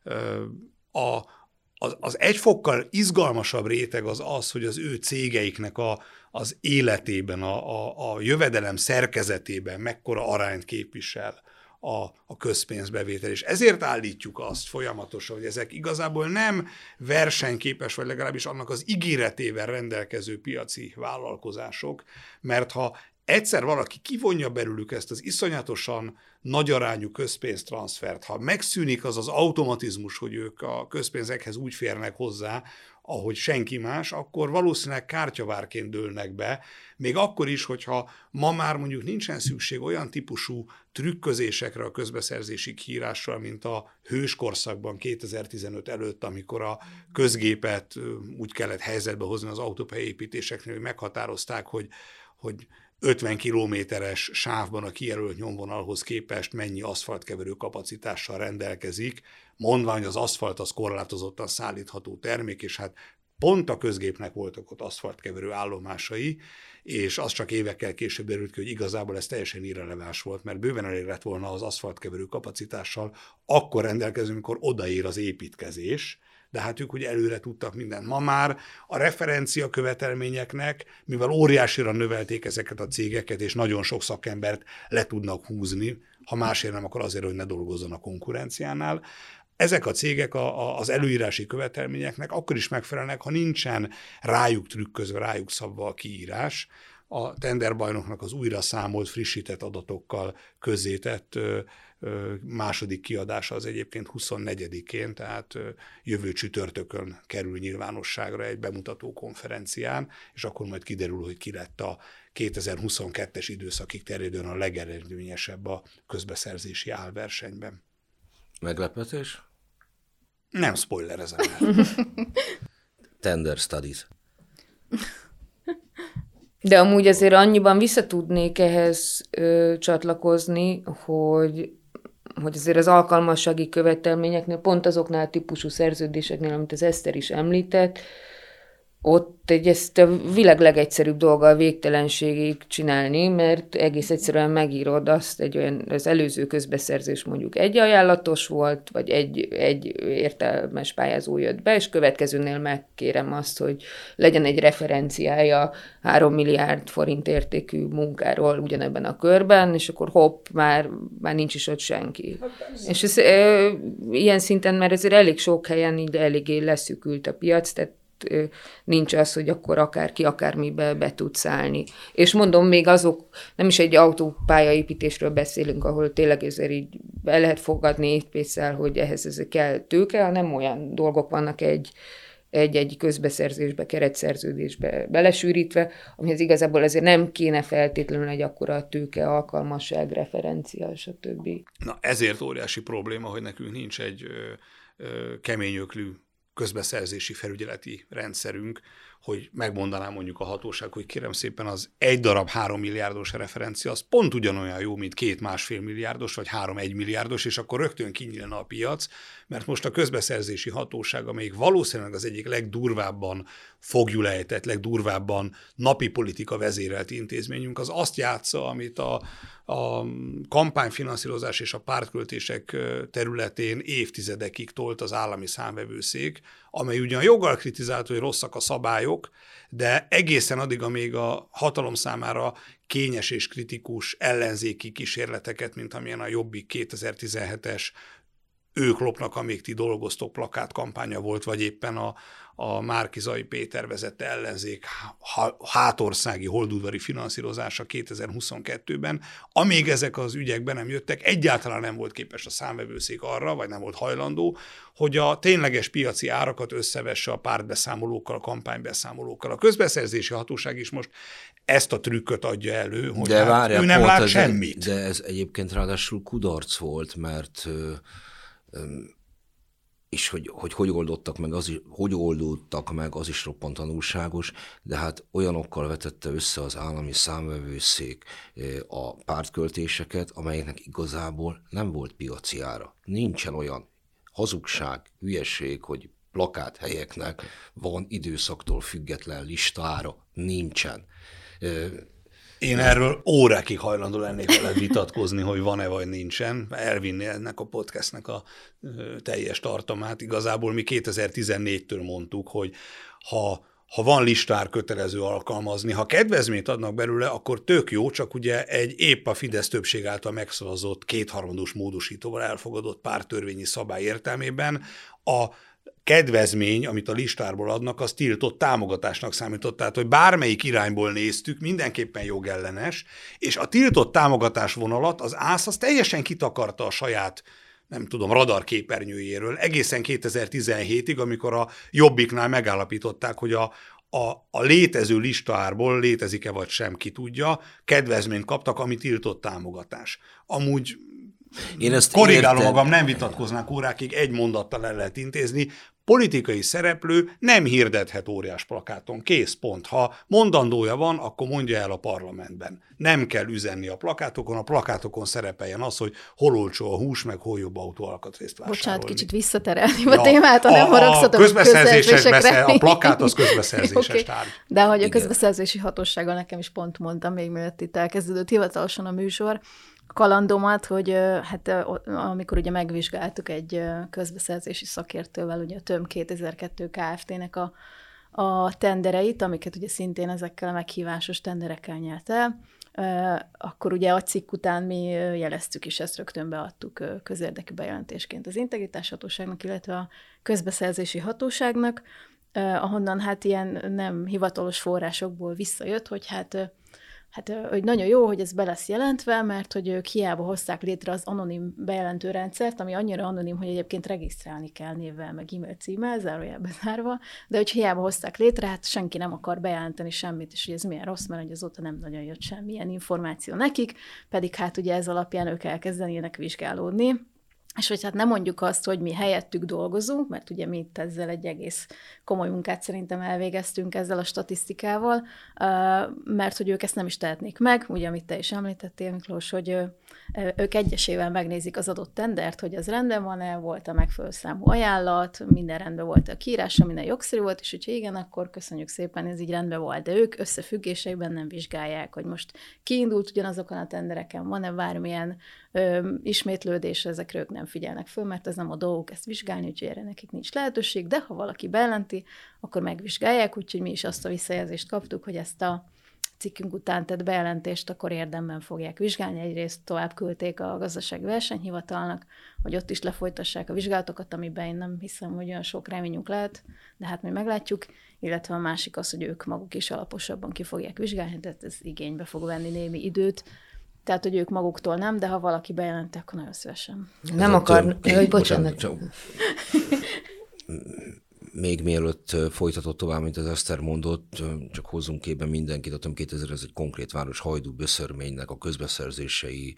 A, az, az egy fokkal izgalmasabb réteg az az, hogy az ő cégeiknek a, az életében, a, a, a jövedelem szerkezetében mekkora arányt képvisel a, a közpénzbevétel. És ezért állítjuk azt folyamatosan, hogy ezek igazából nem versenyképes, vagy legalábbis annak az ígéretével rendelkező piaci vállalkozások, mert ha egyszer valaki kivonja belőlük ezt az iszonyatosan nagyarányú közpénztranszfert, ha megszűnik az az automatizmus, hogy ők a közpénzekhez úgy férnek hozzá, ahogy senki más, akkor valószínűleg kártyavárként dőlnek be, még akkor is, hogyha ma már mondjuk nincsen szükség olyan típusú trükközésekre a közbeszerzési kiírással, mint a hőskorszakban kétezer-tizenöt előtt, amikor a közgépet úgy kellett helyzetbe hozni az autópályaépítéseknél, hogy meghatározták, hogy, hogy ötven kilométeres sávban a kijelölt nyomvonalhoz képest mennyi aszfaltkeverő kapacitással rendelkezik, mondván, hogy az aszfalt az korlátozottan szállítható termék, és hát pont a közgépnek voltak ott aszfaltkeverő állomásai, és az csak évekkel később derült ki, hogy igazából ez teljesen irreleváns volt, mert bőven elég lett volna az aszfaltkeverő kapacitással akkor rendelkező, amikor odaér az építkezés, de hát ők ugye előre tudtak mindent. Ma már a referencia követelményeknek, mivel óriásira növelték ezeket a cégeket, és nagyon sok szakembert le tudnak húzni, ha másért nem, akkor azért, hogy ne dolgozzon a konkurenciánál. Ezek a cégek a, a, az előírási követelményeknek akkor is megfelelnek, ha nincsen rájuk trükközve, rájuk szabva a kiírás. A tenderbajnoknak az újra számolt, frissített adatokkal közzétett ö, ö, második kiadása az egyébként huszonnegyedikén, tehát ö, jövő csütörtökön kerül nyilvánosságra egy bemutató konferencián, és akkor majd kiderül, hogy ki lett a kétezer-huszonkettes időszakig terjedően a legeredményesebb a közbeszerzési állversenyben. Meglepetés? Nem spoilerezem. Tender studies. De amúgy azért annyiban vissza tudnék ehhez ö, csatlakozni, hogy, hogy azért az alkalmassági követelményeknél, pont azoknál a típusú szerződéseknél, amit az Eszter is említett, ott egy ezt a világ legegyszerűbb dolga a végtelenségig csinálni, mert egész egyszerűen megírod azt, egy olyan, az előző közbeszerzés mondjuk egy ajánlatos volt, vagy egy, egy értelmes pályázó jött be, és következőnél megkérem azt, hogy legyen egy referenciája három milliárd forint értékű munkáról ugyanebben a körben, és akkor hopp, már, már nincs is ott senki. És ez e, ilyen szinten már ezért elég sok helyen így eléggé leszűkült a piac, tehát nincs az, hogy akkor akárki akármibe be tud szállni. És mondom, még azok, nem is egy autópályaépítésről beszélünk, ahol tényleg ezért így be lehet fogadni épészel, hogy ehhez ez kell tőke, hanem olyan dolgok vannak egy, egy-egy közbeszerzésbe, keretszerződésbe belesűrítve, amihez igazából ezért nem kéne feltétlenül egy akkora tőke, alkalmasság, referencia, stb. Na ezért óriási probléma, hogy nekünk nincs egy ö, ö, keményöklű közbeszerzési felügyeleti rendszerünk, hogy megmondanám mondjuk a hatóság, hogy kérem szépen az egy darab három milliárdos referencia, az pont ugyanolyan jó, mint két másfél milliárdos, vagy három egy milliárdos, és akkor rögtön kinyílna a piac, mert most a közbeszerzési hatóság, amelyik valószínűleg az egyik legdurvábban fogjulejtett, legdurvábban napi politika vezérelt intézményünk, az azt játsza, amit a, a kampányfinanszírozás és a pártköltések területén évtizedekig tolt az állami számvevőszék, amely ugyan joggal kritizált, hogy rosszak a szabályok, de egészen addig, amíg a hatalom számára kényes és kritikus ellenzéki kísérleteket, mint amilyen a Jobbik kétezer-tizenhetes ők lopnak, amíg ti dolgoztok plakátkampánya volt, vagy éppen a, a Márki-Zay Péter vezette ellenzék hátországi holdudvari finanszírozása kétezer-huszonkettőben, amíg ezek az ügyek be nem jöttek, egyáltalán nem volt képes a számvevőszék arra, vagy nem volt hajlandó, hogy a tényleges piaci árakat összevesse a pártbeszámolókkal, a kampánybeszámolókkal. A közbeszerzési hatóság is most ezt a trükköt adja elő, hogy de hát várjál, ő nem lát ez semmit. De ez egyébként ráadásul kudarc volt, mert és hogy, hogy hogy oldottak meg, az is, hogy oldódtak meg, az is roppant tanulságos, de hát olyanokkal vetette össze az állami számvevőszék a pártköltéseket, amelyeknek igazából nem volt piaci ára. Nincsen olyan hazugság, hülyeség, hogy plakáthelyeknek van időszaktól független listára. Nincsen. Én erről órákig hajlandó lennék veled vitatkozni, hogy van-e vagy nincsen, elvinni ennek a podcastnek a teljes tartalmát. Igazából mi kétezer-tizennégytől mondtuk, hogy ha, ha van listár kötelező alkalmazni, ha kedvezményt adnak belőle, akkor tök jó, csak ugye egy épp a Fidesz többség által megszavazott kétharmados módosítóval elfogadott párttörvényi szabály értelmében a kedvezmény, amit a listárból adnak, az tiltott támogatásnak számított. Tehát, hogy bármelyik irányból néztük, mindenképpen jogellenes, és a tiltott támogatás vonalat az ÁSZ az teljesen kitakarta a saját, nem tudom, radarképernyőjéről, egészen kétezer-tizenhétig, amikor a Jobbiknál megállapították, hogy a, a, a létező listárból létezik-e vagy sem, ki tudja, kedvezményt kaptak, ami tiltott támogatás. Amúgy Én ezt korrigálom értem. magam, nem vitatkoznánk órákig, egy mondattal el lehet intézni. Politikai szereplő nem hirdethet óriás plakáton. Kész, pont. Ha mondandója van, akkor mondja el a parlamentben. Nem kell üzenni a plakátokon, a plakátokon szerepeljen az, hogy hol olcsó a hús, meg hol jobb autóalkatrészt vásárolni. Bocsánat, kicsit visszaterelni a Ja, témát, ha nem haragszatok a közbeszerzéses közbeszerzésekre. beszél, a plakát az közbeszerzéses Okay. tárgy. De hogy a Igen. közbeszerzési hatósággal nekem is pont mondtam, még mielőtt itt elkezdődött hivatalosan a műsor, kalandomat, hogy hát amikor ugye megvizsgáltuk egy közbeszerzési szakértővel, ugye a TÖM kétezer-kettő Kft-nek a, a tendereit, amiket ugye szintén ezekkel a meghívásos tenderekkel nyert el, akkor ugye a cikk után mi jeleztük is, ezt rögtön beadtuk közérdekű bejelentésként az integritáshatóságnak, illetve a közbeszerzési hatóságnak, ahonnan hát ilyen nem hivatalos forrásokból visszajött, hogy hát Hát, hogy nagyon jó, hogy ez be lesz jelentve, mert hogy ők hiába hozták létre az anonim bejelentő rendszert, ami annyira anonim, hogy egyébként regisztrálni kell névvel, meg e-mail címmel, zárójelbe zárva, de hogy hiába hozták létre, hát senki nem akar bejelenteni semmit, és hogy ez milyen rossz, mert hogy azóta nem nagyon jött semmilyen információ nekik, pedig hát ugye ez alapján ők elkezdenének vizsgálódni. És hogy hát nem mondjuk azt, hogy mi helyettük dolgozunk, mert ugye mi itt ezzel egy egész komoly munkát szerintem elvégeztünk ezzel a statisztikával, mert hogy ők ezt nem is tehetnék meg, ugye amit te is említettél, Miklós, hogy ők egyesével megnézik az adott tendert, hogy az rendben van-e, volt a megfelelő számú ajánlat, minden rendben volt a kiírása, minden jogszerű volt, és hogyha igen, akkor köszönjük szépen, ez így rendben volt, de ők összefüggéseiben nem vizsgálják, hogy most kiindult ugyanazokon a tendereken, van-e bármilyen ö, ismétlődés, ezekre ők nem figyelnek föl, mert ez nem a dolguk ezt vizsgálni, úgyhogy erre nekik nincs lehetőség, de ha valaki bejelenti, akkor megvizsgálják, úgyhogy mi is azt a visszajelzést kaptuk, hogy ezt a cikkünk után tett bejelentést akkor érdemben fogják vizsgálni. Egyrészt tovább küldték a gazdasági versenyhivatalnak, hogy ott is lefolytassák a vizsgálatokat, amiben én nem hiszem, hogy olyan sok reményünk lehet, de hát mi meglátjuk, illetve a másik az, hogy ők maguk is alaposabban ki fogják vizsgálni, tehát ez igénybe fog venni némi időt, tehát, hogy ők maguktól nem, de ha valaki bejelenti, akkor nagyon szívesen. Nem akar, hogy bocsánat. még mielőtt folytatott tovább, mint az Eszter mondott, csak hozzunk képbe mindenkit, a kétezer ez egy konkrét város Hajdú-Böszörménynek a közbeszerzései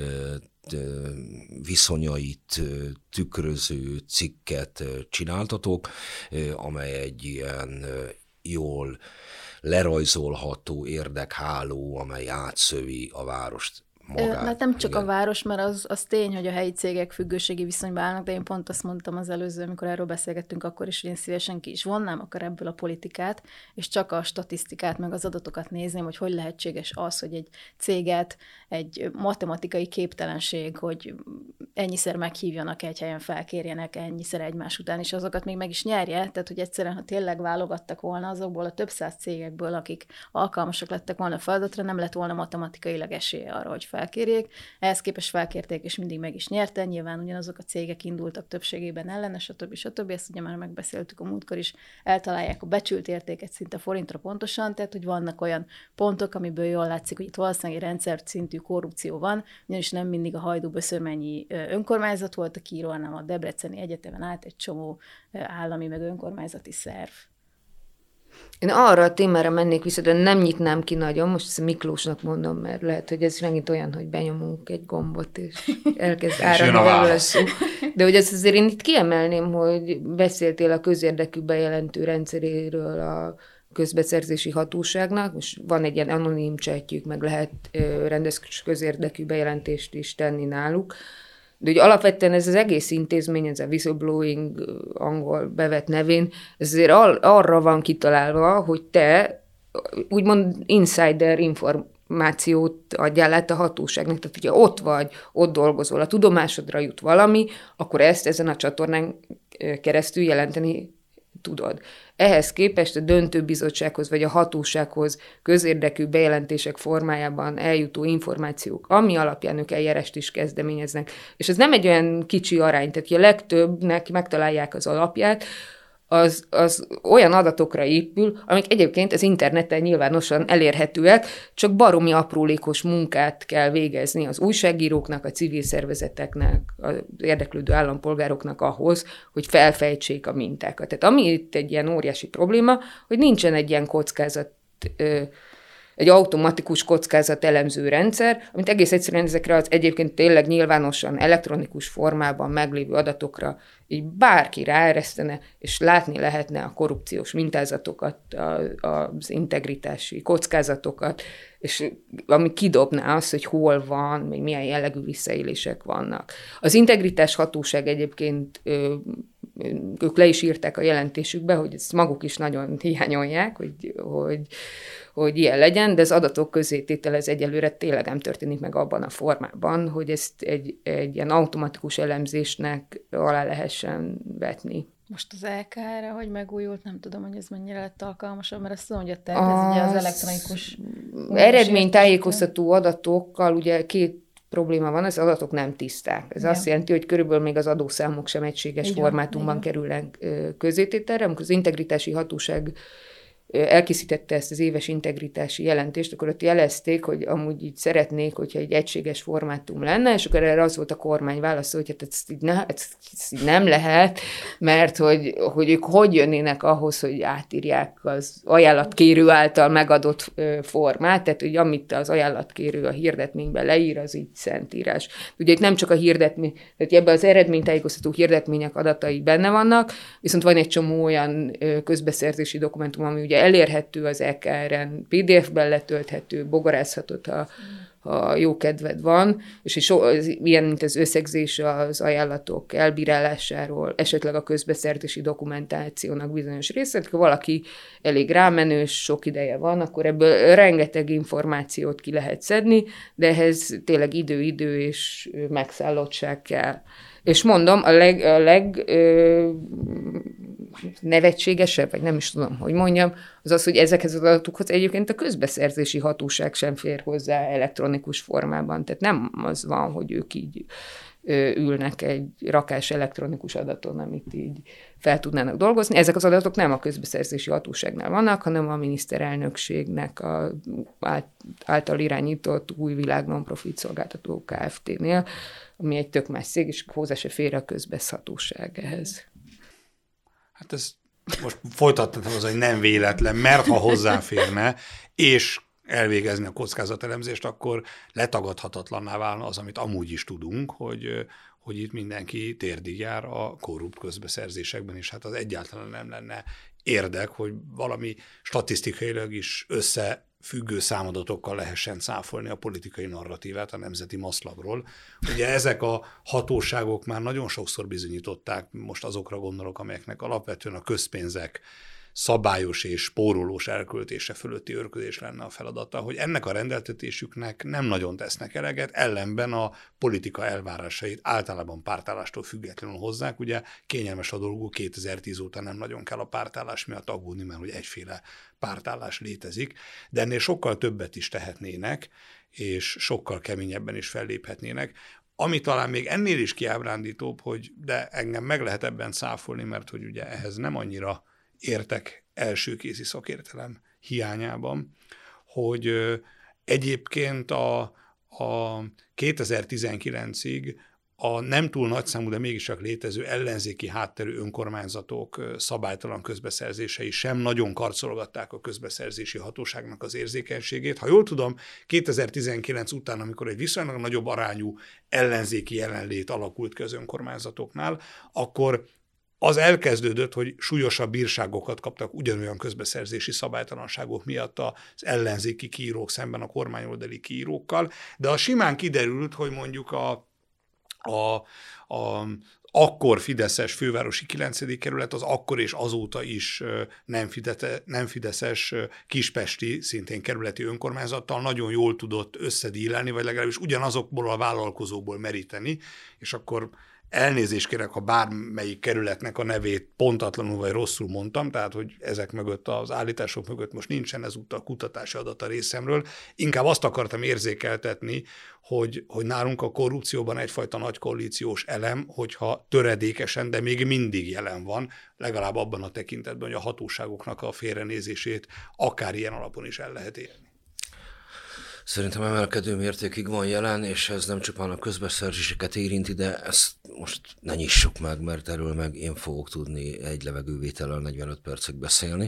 viszonyait tükröző cikket csináltatok, amely egy ilyen jól lerajzolható érdekháló, amely átszövi a várost magát. Mert nem csak igen. a város, mert az, az tény, hogy a helyi cégek függőségi viszonyban állnak, de én pont azt mondtam az előző, amikor erről beszélgettünk, akkor is, hogy én szívesen ki is vonnám akar ebből a politikát, és csak a statisztikát, meg az adatokat nézném, hogy hogy lehetséges az, hogy egy céget, egy matematikai képtelenség, hogy ennyiszer meghívjanak egy helyen, felkérjenek ennyiszer egymás után, és azokat még meg is nyerje, tehát hogy egyszerűen, ha tényleg válogattak volna azokból a több száz cégekből, akik alkalmasak lettek volna a feladatra, nem lett volna matematikailag esélye arra, hogy felkérjék. Ehhez képest felkérték, és mindig meg is nyerte. Nyilván ugyanazok a cégek indultak többségében ellene, stb. stb. Ezt ugye már megbeszéltük a múltkor is. Eltalálják a becsült értéket szinte forintra pontosan, tehát hogy vannak olyan pontok, amiből jól látszik, hogy itt valószínűleg rendszer szintű korrupció van, ugyanis nem mindig a Hajdú-Böszörményi önkormányzat volt a kíró, hanem a Debreceni Egyetemen át egy csomó állami meg önkormányzati szerv. Én arra a témára mennék vissza, de nem nyitnám ki nagyon, most ezt Miklósnak mondom, mert lehet, hogy ez megint olyan, hogy benyomunk egy gombot, és elkezd áramni belőle a szó. De hogy ezt azért én itt kiemelném, hogy beszéltél a közérdekű bejelentő rendszeréről a közbeszerzési hatóságnak, most van egy ilyen anonim csetjük, meg lehet rendes közérdekű bejelentést is tenni náluk, de ugye alapvetően ez az egész intézmény, ez a whistleblowing angol bevett nevén, ez azért arra van kitalálva, hogy te úgymond insider információt adjál át a hatóságnak. Tehát, hogyha ott vagy, ott dolgozol, a tudomásodra jut valami, akkor ezt ezen a csatornán keresztül jelenteni tudod. Ehhez képest a döntőbizottsághoz vagy a hatósághoz közérdekű bejelentések formájában eljutó információk, ami alapján ők eljárást is kezdeményeznek. És ez nem egy olyan kicsi arány, tehát a legtöbbnek megtalálják az alapját, az, az olyan adatokra épül, amik egyébként az interneten nyilvánosan elérhetőek, csak baromi aprólékos munkát kell végezni az újságíróknak, a civil szervezeteknek, az érdeklődő állampolgároknak ahhoz, hogy felfejtsék a mintákat. Tehát ami itt egy ilyen óriási probléma, hogy nincsen egy ilyen kockázat, egy automatikus kockázat elemző rendszer, amit egész egyszerűen ezekre az egyébként tényleg nyilvánosan elektronikus formában meglévő adatokra így bárki ráeresztene, és látni lehetne a korrupciós mintázatokat, az integritási kockázatokat, és ami kidobná azt, hogy hol van, még milyen jellegű visszaélések vannak. Az integritás hatóság egyébként ők le is írták a jelentésükbe, hogy ezt maguk is nagyon hiányolják, hogy, hogy, hogy ilyen legyen, de az adatok közététel ez egyelőre tényleg nem történik meg abban a formában, hogy ezt egy, egy ilyen automatikus elemzésnek alá lehessen vetni. Most az é ká er-re, hogy megújult, nem tudom, hogy ez mennyire lett alkalmasabb, mert azt tudom, hogy a terv, ez ugye az elektronikus... Eredménytájékoztató adatokkal ugye két probléma van, az adatok nem tiszták. Ez ja. azt jelenti, hogy körülbelül még az adószámok sem egységes igen, formátumban igen. kerülnek közétételre. Amikor az integritási hatóság elkészítette ezt az éves integritási jelentést, akkor ott jelezték, hogy amúgy így szeretnék, hogyha egy egységes formátum lenne, és akkor erre az volt a kormány válasza, hogy hát ezt így, ne, ezt így nem lehet, mert hogy, hogy ők hogy jönnének ahhoz, hogy átírják az ajánlatkérő által megadott formát, tehát hogy amit az ajánlatkérő a hirdetményben leír, az így szentírás. Ugye itt nem csak a hirdetmény, tehát ebben az eredménytájékoztató hirdetmények adatai benne vannak, viszont van egy csomó olyan közbeszerzési dokumentum, ami ugye elérhető az é ká er-en, pé dé ef-ben letölthető, bogarázhatod, ha, ha jó kedved van, és is ilyen, mint az összegzés az ajánlatok elbírálásáról, esetleg a közbeszerzési dokumentációnak bizonyos részét, ha valaki elég rámenős, sok ideje van, akkor ebből rengeteg információt ki lehet szedni, de ehhez tényleg idő-idő és megszállottság kell. És mondom, a leg, a leg ö, nevetségesebb, vagy nem is tudom, hogy mondjam, az az, hogy ezekhez az adatokhoz egyébként a közbeszerzési hatóság sem fér hozzá elektronikus formában. Tehát nem az van, hogy ők így ö, ülnek egy rakás elektronikus adaton, amit így fel tudnának dolgozni. Ezek az adatok nem a közbeszerzési hatóságnál vannak, hanem a miniszterelnökségnek a által irányított Új Világ non-profit szolgáltató Kft-nél, ami egy tök más cég, és hozzá se fér a közbeszhatóság ehhez. Hát ez most folytattam az, hogy nem véletlen, mert ha hozzáférne, és elvégezni a kockázatelemzést, akkor letagadhatatlanná válna az, amit amúgy is tudunk, hogy, hogy itt mindenki térdig jár a korrupt közbeszerzésekben, és hát az egyáltalán nem lenne érdek, hogy valami statisztikailag is összefüggő számadatokkal lehessen cáfolni a politikai narratívát a Nemzeti Maszlagról. Ugye ezek a hatóságok már nagyon sokszor bizonyították, most azokra gondolok, amelyeknek alapvetően a közpénzek szabályos és spórolós elköltése fölötti őrködés lenne a feladata, hogy ennek a rendeltetésüknek nem nagyon tesznek eleget, ellenben a politika elvárásait általában pártállástól függetlenül hozzák. Ugye kényelmes a dolguk, kétezer-tíz óta nem nagyon kell a pártállás miatt aggódni, mert hogy egyféle pártállás létezik, de ennél sokkal többet is tehetnének, és sokkal keményebben is felléphetnének. Ami talán még ennél is kiábrándítóbb, hogy de engem meg lehet ebben cáfolni, mert hogy ugye ehhez nem annyira értek elsőkézi szakértelem hiányában, hogy egyébként a, a kétezer-tizenkilencig a nem túl nagyszámú, de mégiscsak létező ellenzéki hátterű önkormányzatok szabálytalan közbeszerzései sem nagyon karcolgatták a közbeszerzési hatóságnak az érzékenységét. Ha jól tudom, kétezer-tizenkilenc után, amikor egy viszonylag nagyobb arányú ellenzéki jelenlét alakult ki az önkormányzatoknál, akkor az elkezdődött, hogy súlyosabb bírságokat kaptak ugyanolyan közbeszerzési szabálytalanságok miatt az ellenzéki kiírók szemben a kormányoldali kiírókkal, de a simán kiderült, hogy mondjuk a, a, a akkor fideszes fővárosi kilencedik kerület az akkor és azóta is nem, fidete, nem fideszes kispesti, szintén kerületi önkormányzattal nagyon jól tudott összedílelni, vagy legalábbis ugyanazokból a vállalkozókból meríteni, és akkor elnézést kérek, ha bármelyik kerületnek a nevét pontatlanul vagy rosszul mondtam, tehát hogy ezek mögött, az állítások mögött most nincsen ezúttal kutatási adat a részemről. Inkább azt akartam érzékeltetni, hogy, hogy nálunk a korrupcióban egyfajta nagy koalíciós elem, hogyha töredékesen, de még mindig jelen van, legalább abban a tekintetben, hogy a hatóságoknak a félrenézését akár ilyen alapon is el lehet érni. Szerintem emelkedő mértékig van jelen, és ez nem csupán a közbeszerzéseket érinti, de ezt most ne nyissuk meg, mert erről meg én fogok tudni egy levegővétellel negyvenöt percig beszélni.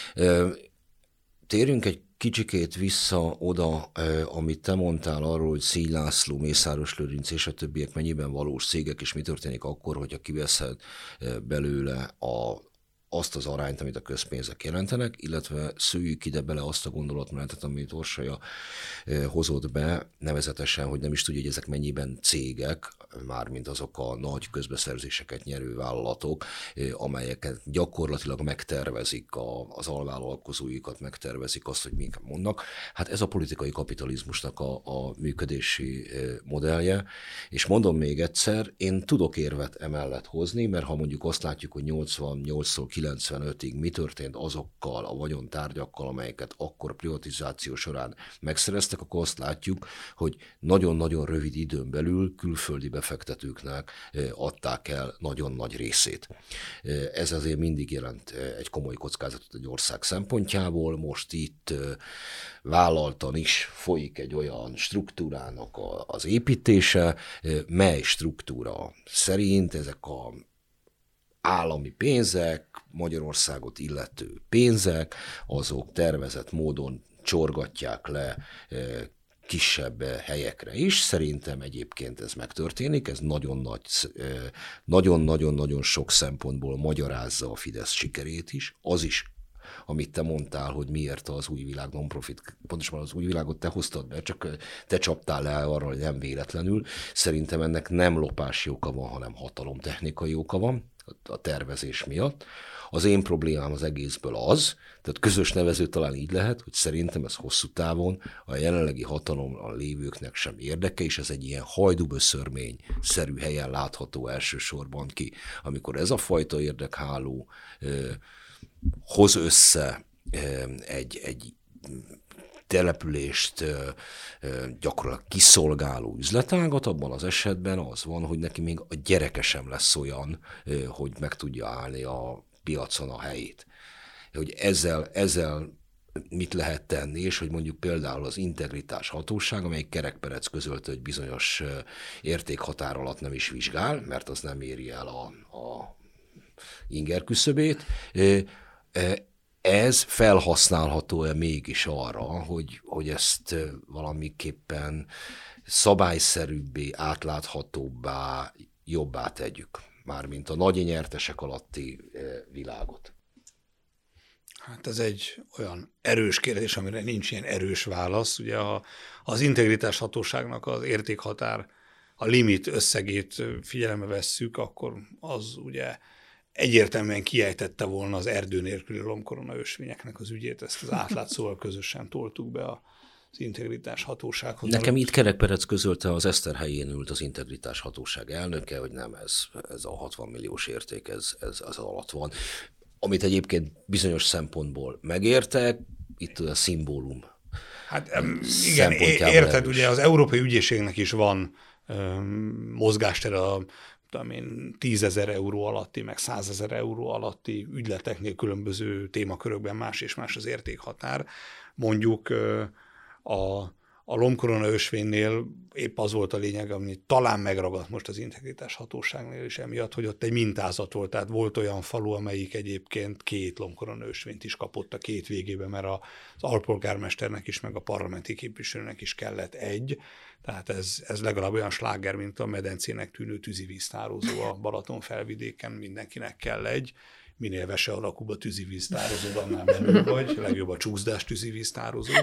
Térjünk egy kicsikét vissza oda, amit te mondtál arról, hogy Szély László, Mészáros Lőrinc és a többiek mennyiben valós cégek, és mi történik akkor, hogyha kiveszed belőle a azt az arányt, amit a közpénzek jelentenek, illetve szüljük ide bele azt a gondolatmenetet, amit Orsolya hozott be, nevezetesen, hogy nem is tudja, hogy ezek mennyiben cégek, mármint azok a nagy közbeszerzéseket nyerő vállalatok, amelyeket gyakorlatilag megtervezik az alvállalkozóikat, megtervezik azt, hogy minket mondnak. Hát ez a politikai kapitalizmusnak a, a működési modellje, és mondom még egyszer, én tudok érvet emellett hozni, mert ha mondjuk azt látjuk, hogy nyolcvannyolctól kilencvenötig mi történt azokkal a vagyontárgyakkal, amelyeket akkor privatizáció során megszereztek, akkor azt látjuk, hogy nagyon-nagyon rövid időn belül külföldi befektetőknek adták el nagyon nagy részét. Ez azért mindig jelent egy komoly kockázatot egy ország szempontjából. Most itt vállaltan is folyik egy olyan struktúrának az építése, mely struktúra szerint ezek a állami pénzek, Magyarországot illető pénzek, azok tervezett módon csorgatják le kisebb helyekre is. Szerintem egyébként ez megtörténik, ez nagyon nagy, nagyon-nagyon-nagyon sok szempontból magyarázza a Fidesz sikerét is. Az is, amit te mondtál, hogy miért az Új Világ non-profit, pontosan az Új Világot te hoztad be, csak te csaptál le arra, hogy nem véletlenül. Szerintem ennek nem lopási oka van, hanem hatalomtechnikai oka van a tervezés miatt. Az én problémám az egészből az, tehát közös nevező talán így lehet, hogy szerintem ez hosszú távon a jelenlegi hatalomban lévőknek sem érdeke, és ez egy ilyen hajdúböszörmény-szerű helyen látható elsősorban ki. Amikor ez a fajta érdekháló eh, hoz össze eh, egy, egy települést gyakorlatilag kiszolgáló üzletágat, abban az esetben az van, hogy neki még a gyereke sem lesz olyan, hogy meg tudja állni a piacon a helyét. Hogy ezzel, ezzel mit lehet tenni, és hogy mondjuk például az integritás hatóság, amelyik kerekperec közölte, hogy bizonyos értékhatár alatt nem is vizsgál, mert az nem éri el a, a inger küszöbét. Ez felhasználható-e mégis arra, hogy, hogy ezt valamiképpen szabályszerűbbé, átláthatóbbá, jobbá tegyük, mármint a nagy nyertesek alatti világot? Hát ez egy olyan erős kérdés, amire nincs ilyen erős válasz. Ugye a, az integritás hatóságnak az értékhatár, a limit összegét figyelembe vesszük, akkor az ugye egyértelműen kiejtette volna az erdő nélküli lombkorona ösvényeknek az ügyét, ezt az átlátszóval közösen toltuk be a az integritás hatósághoz. Nekem itt Kerek Perec közölte, az Eszterhelyén ült az integritás hatóság elnöke, hogy nem, ez, ez a hatvan milliós érték, ez, ez az alatt van. Amit egyébként bizonyos szempontból megértek, itt a szimbólum. Hát igen, érted, ugye az Európai Ügyészségnek is van um, mozgástere a én, tízezer euró alatti, meg százezer euró alatti ügyleteknél különböző témakörökben más és más az értékhatár. Mondjuk a, a lombkorona ösvénynél épp az volt a lényeg, ami talán megragadt most az integritás hatóságnél is emiatt, hogy ott egy mintázat volt, tehát volt olyan falu, amelyik egyébként két lombkorona ösvényt is kapott a két végében, mert az alpolgármesternek is, meg a parlamenti képviselőnek is kellett egy, tehát ez, ez legalább olyan sláger, mint a medencének tűnő tűzivíztározó a Balaton felvidéken, mindenkinek kell egy, minél vese alakúbb a tűzivíztározó, annál menő vagy, legjobb a csúszdás tűzivíztározó.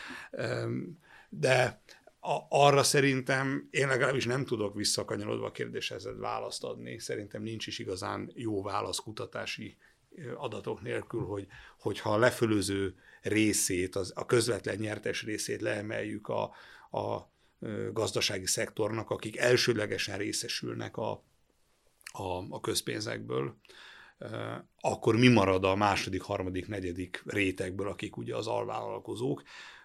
De a, arra szerintem én legalábbis nem tudok visszakanyarodva a kérdéshez választ adni. Szerintem nincs is igazán jó válasz kutatási adatok nélkül, hogy, hogyha a lefölöző részét, az, a közvetlen nyertes részét leemeljük a, a gazdasági szektornak, akik elsőlegesen részesülnek a, a, a közpénzekből, akkor mi marad a második, harmadik, negyedik rétegből, akik ugye az alvállalkozók.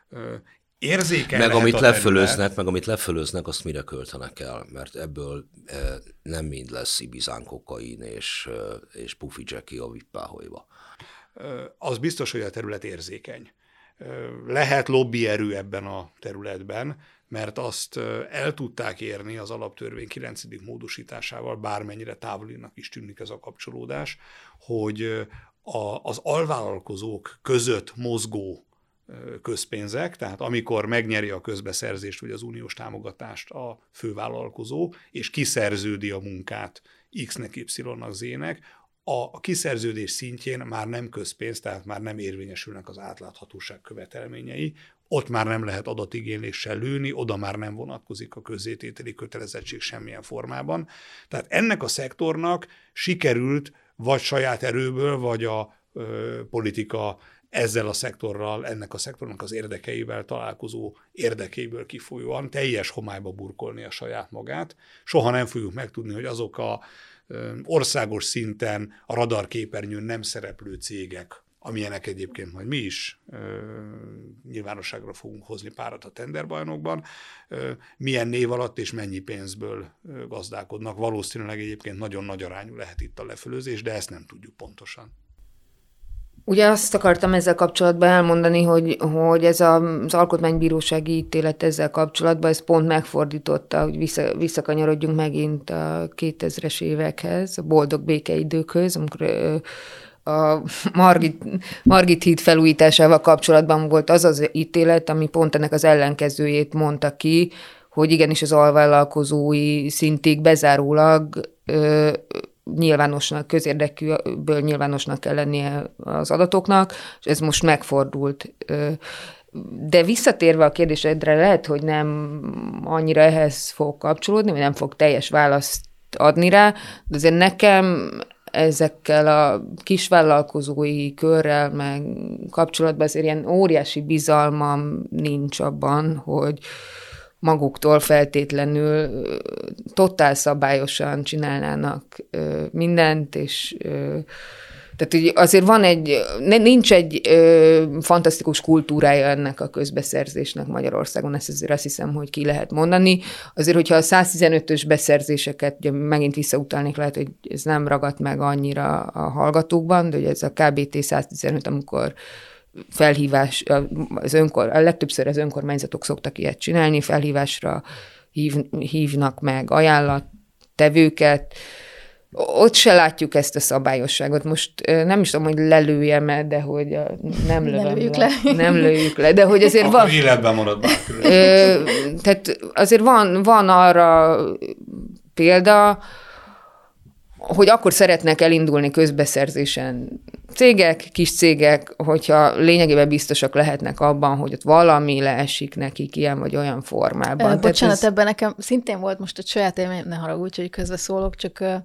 Érzékeny meg amit lefölöznek, meg amit lefölöznek, azt mire költenek el, mert ebből nem mind lesz ibizán, kokain és, és pufi Jackie a vippáholyba. Az biztos, hogy a terület érzékeny. Lehet lobbyerő ebben a területben, mert azt el tudták érni az alaptörvény kilencedik módosításával, bármennyire távolinak is tűnik ez a kapcsolódás, hogy a, az alvállalkozók között mozgó közpénzek, tehát amikor megnyeri a közbeszerzést vagy az uniós támogatást a fővállalkozó, és kiszerződi a munkát X-nek, Y-nak, Z-nek, a kiszerződés szintjén már nem közpénz, tehát már nem érvényesülnek az átláthatóság követelményei, ott már nem lehet adatigényléssel lőni, oda már nem vonatkozik a közzétételi kötelezettség semmilyen formában. Tehát ennek a szektornak sikerült vagy saját erőből, vagy a ö, politika ezzel a szektorral, ennek a szektornak az érdekeivel találkozó érdekeiből kifolyóan teljes homályba burkolni a saját magát. Soha nem fogjuk megtudni, hogy azok a országos szinten a radarképernyőn nem szereplő cégek, amilyenek egyébként majd mi is ö, nyilvánosságra fogunk hozni párat a tenderbajnokban, ö, milyen név alatt és mennyi pénzből ö, gazdálkodnak. Valószínűleg egyébként nagyon nagy arányú lehet itt a lefölözés, de ezt nem tudjuk pontosan. Ugye azt akartam ezzel kapcsolatban elmondani, hogy, hogy ez a, az alkotmánybírósági ítélet ezzel kapcsolatban, ez pont megfordította, hogy vissza, visszakanyarodjunk megint a kétezres évekhez, a boldog békeidőkhöz, amikor a Margit, Margit híd felújításával kapcsolatban volt az az ítélet, ami pont ennek az ellenkezőjét mondta ki, hogy igenis az alvállalkozói szintig bezárólag ö, nyilvánosnak, közérdekűből nyilvánosnak kell lennie az adatoknak, és ez most megfordult. De visszatérve a kérdésedre, lehet, hogy nem annyira ehhez fog kapcsolódni, vagy nem fog teljes választ adni rá, de azért nekem ezekkel a kisvállalkozói körrel meg kapcsolatban azért ilyen óriási bizalmam nincs abban, hogy maguktól feltétlenül totál szabályosan csinálnának mindent, és tehát azért van egy, nincs egy fantasztikus kultúrája ennek a közbeszerzésnek Magyarországon, ezt azért azt hiszem, hogy ki lehet mondani. Azért, hogyha a száztizenötös beszerzéseket, ugye megint visszautalnék, lehet, hogy ez nem ragadt meg annyira a hallgatókban, de ugye ez a ká bé té száztizenöt, amikor felhívás, az önkor, a legtöbbször az önkormányzatok szoktak ilyet csinálni, felhívásra hív, hívnak meg ajánlattevőket, ott se látjuk ezt a szabályosságot. Most nem is tudom, hogy lelőjem-e, de hogy a, nem lövöm lőjük le. le. Nem lőjük le, de hogy azért Akkor van... életben marad bárkülön. Tehát azért van, van arra példa, hogy akkor szeretnek elindulni közbeszerzésen cégek, kis cégek, hogyha lényegében biztosak lehetnek abban, hogy ott valami leesik nekik ilyen vagy olyan formában. Ö, bocsánat, ez... ebben nekem szintén volt most egy saját élmény, ne haragudj, hogy közbeszólok, csak ö,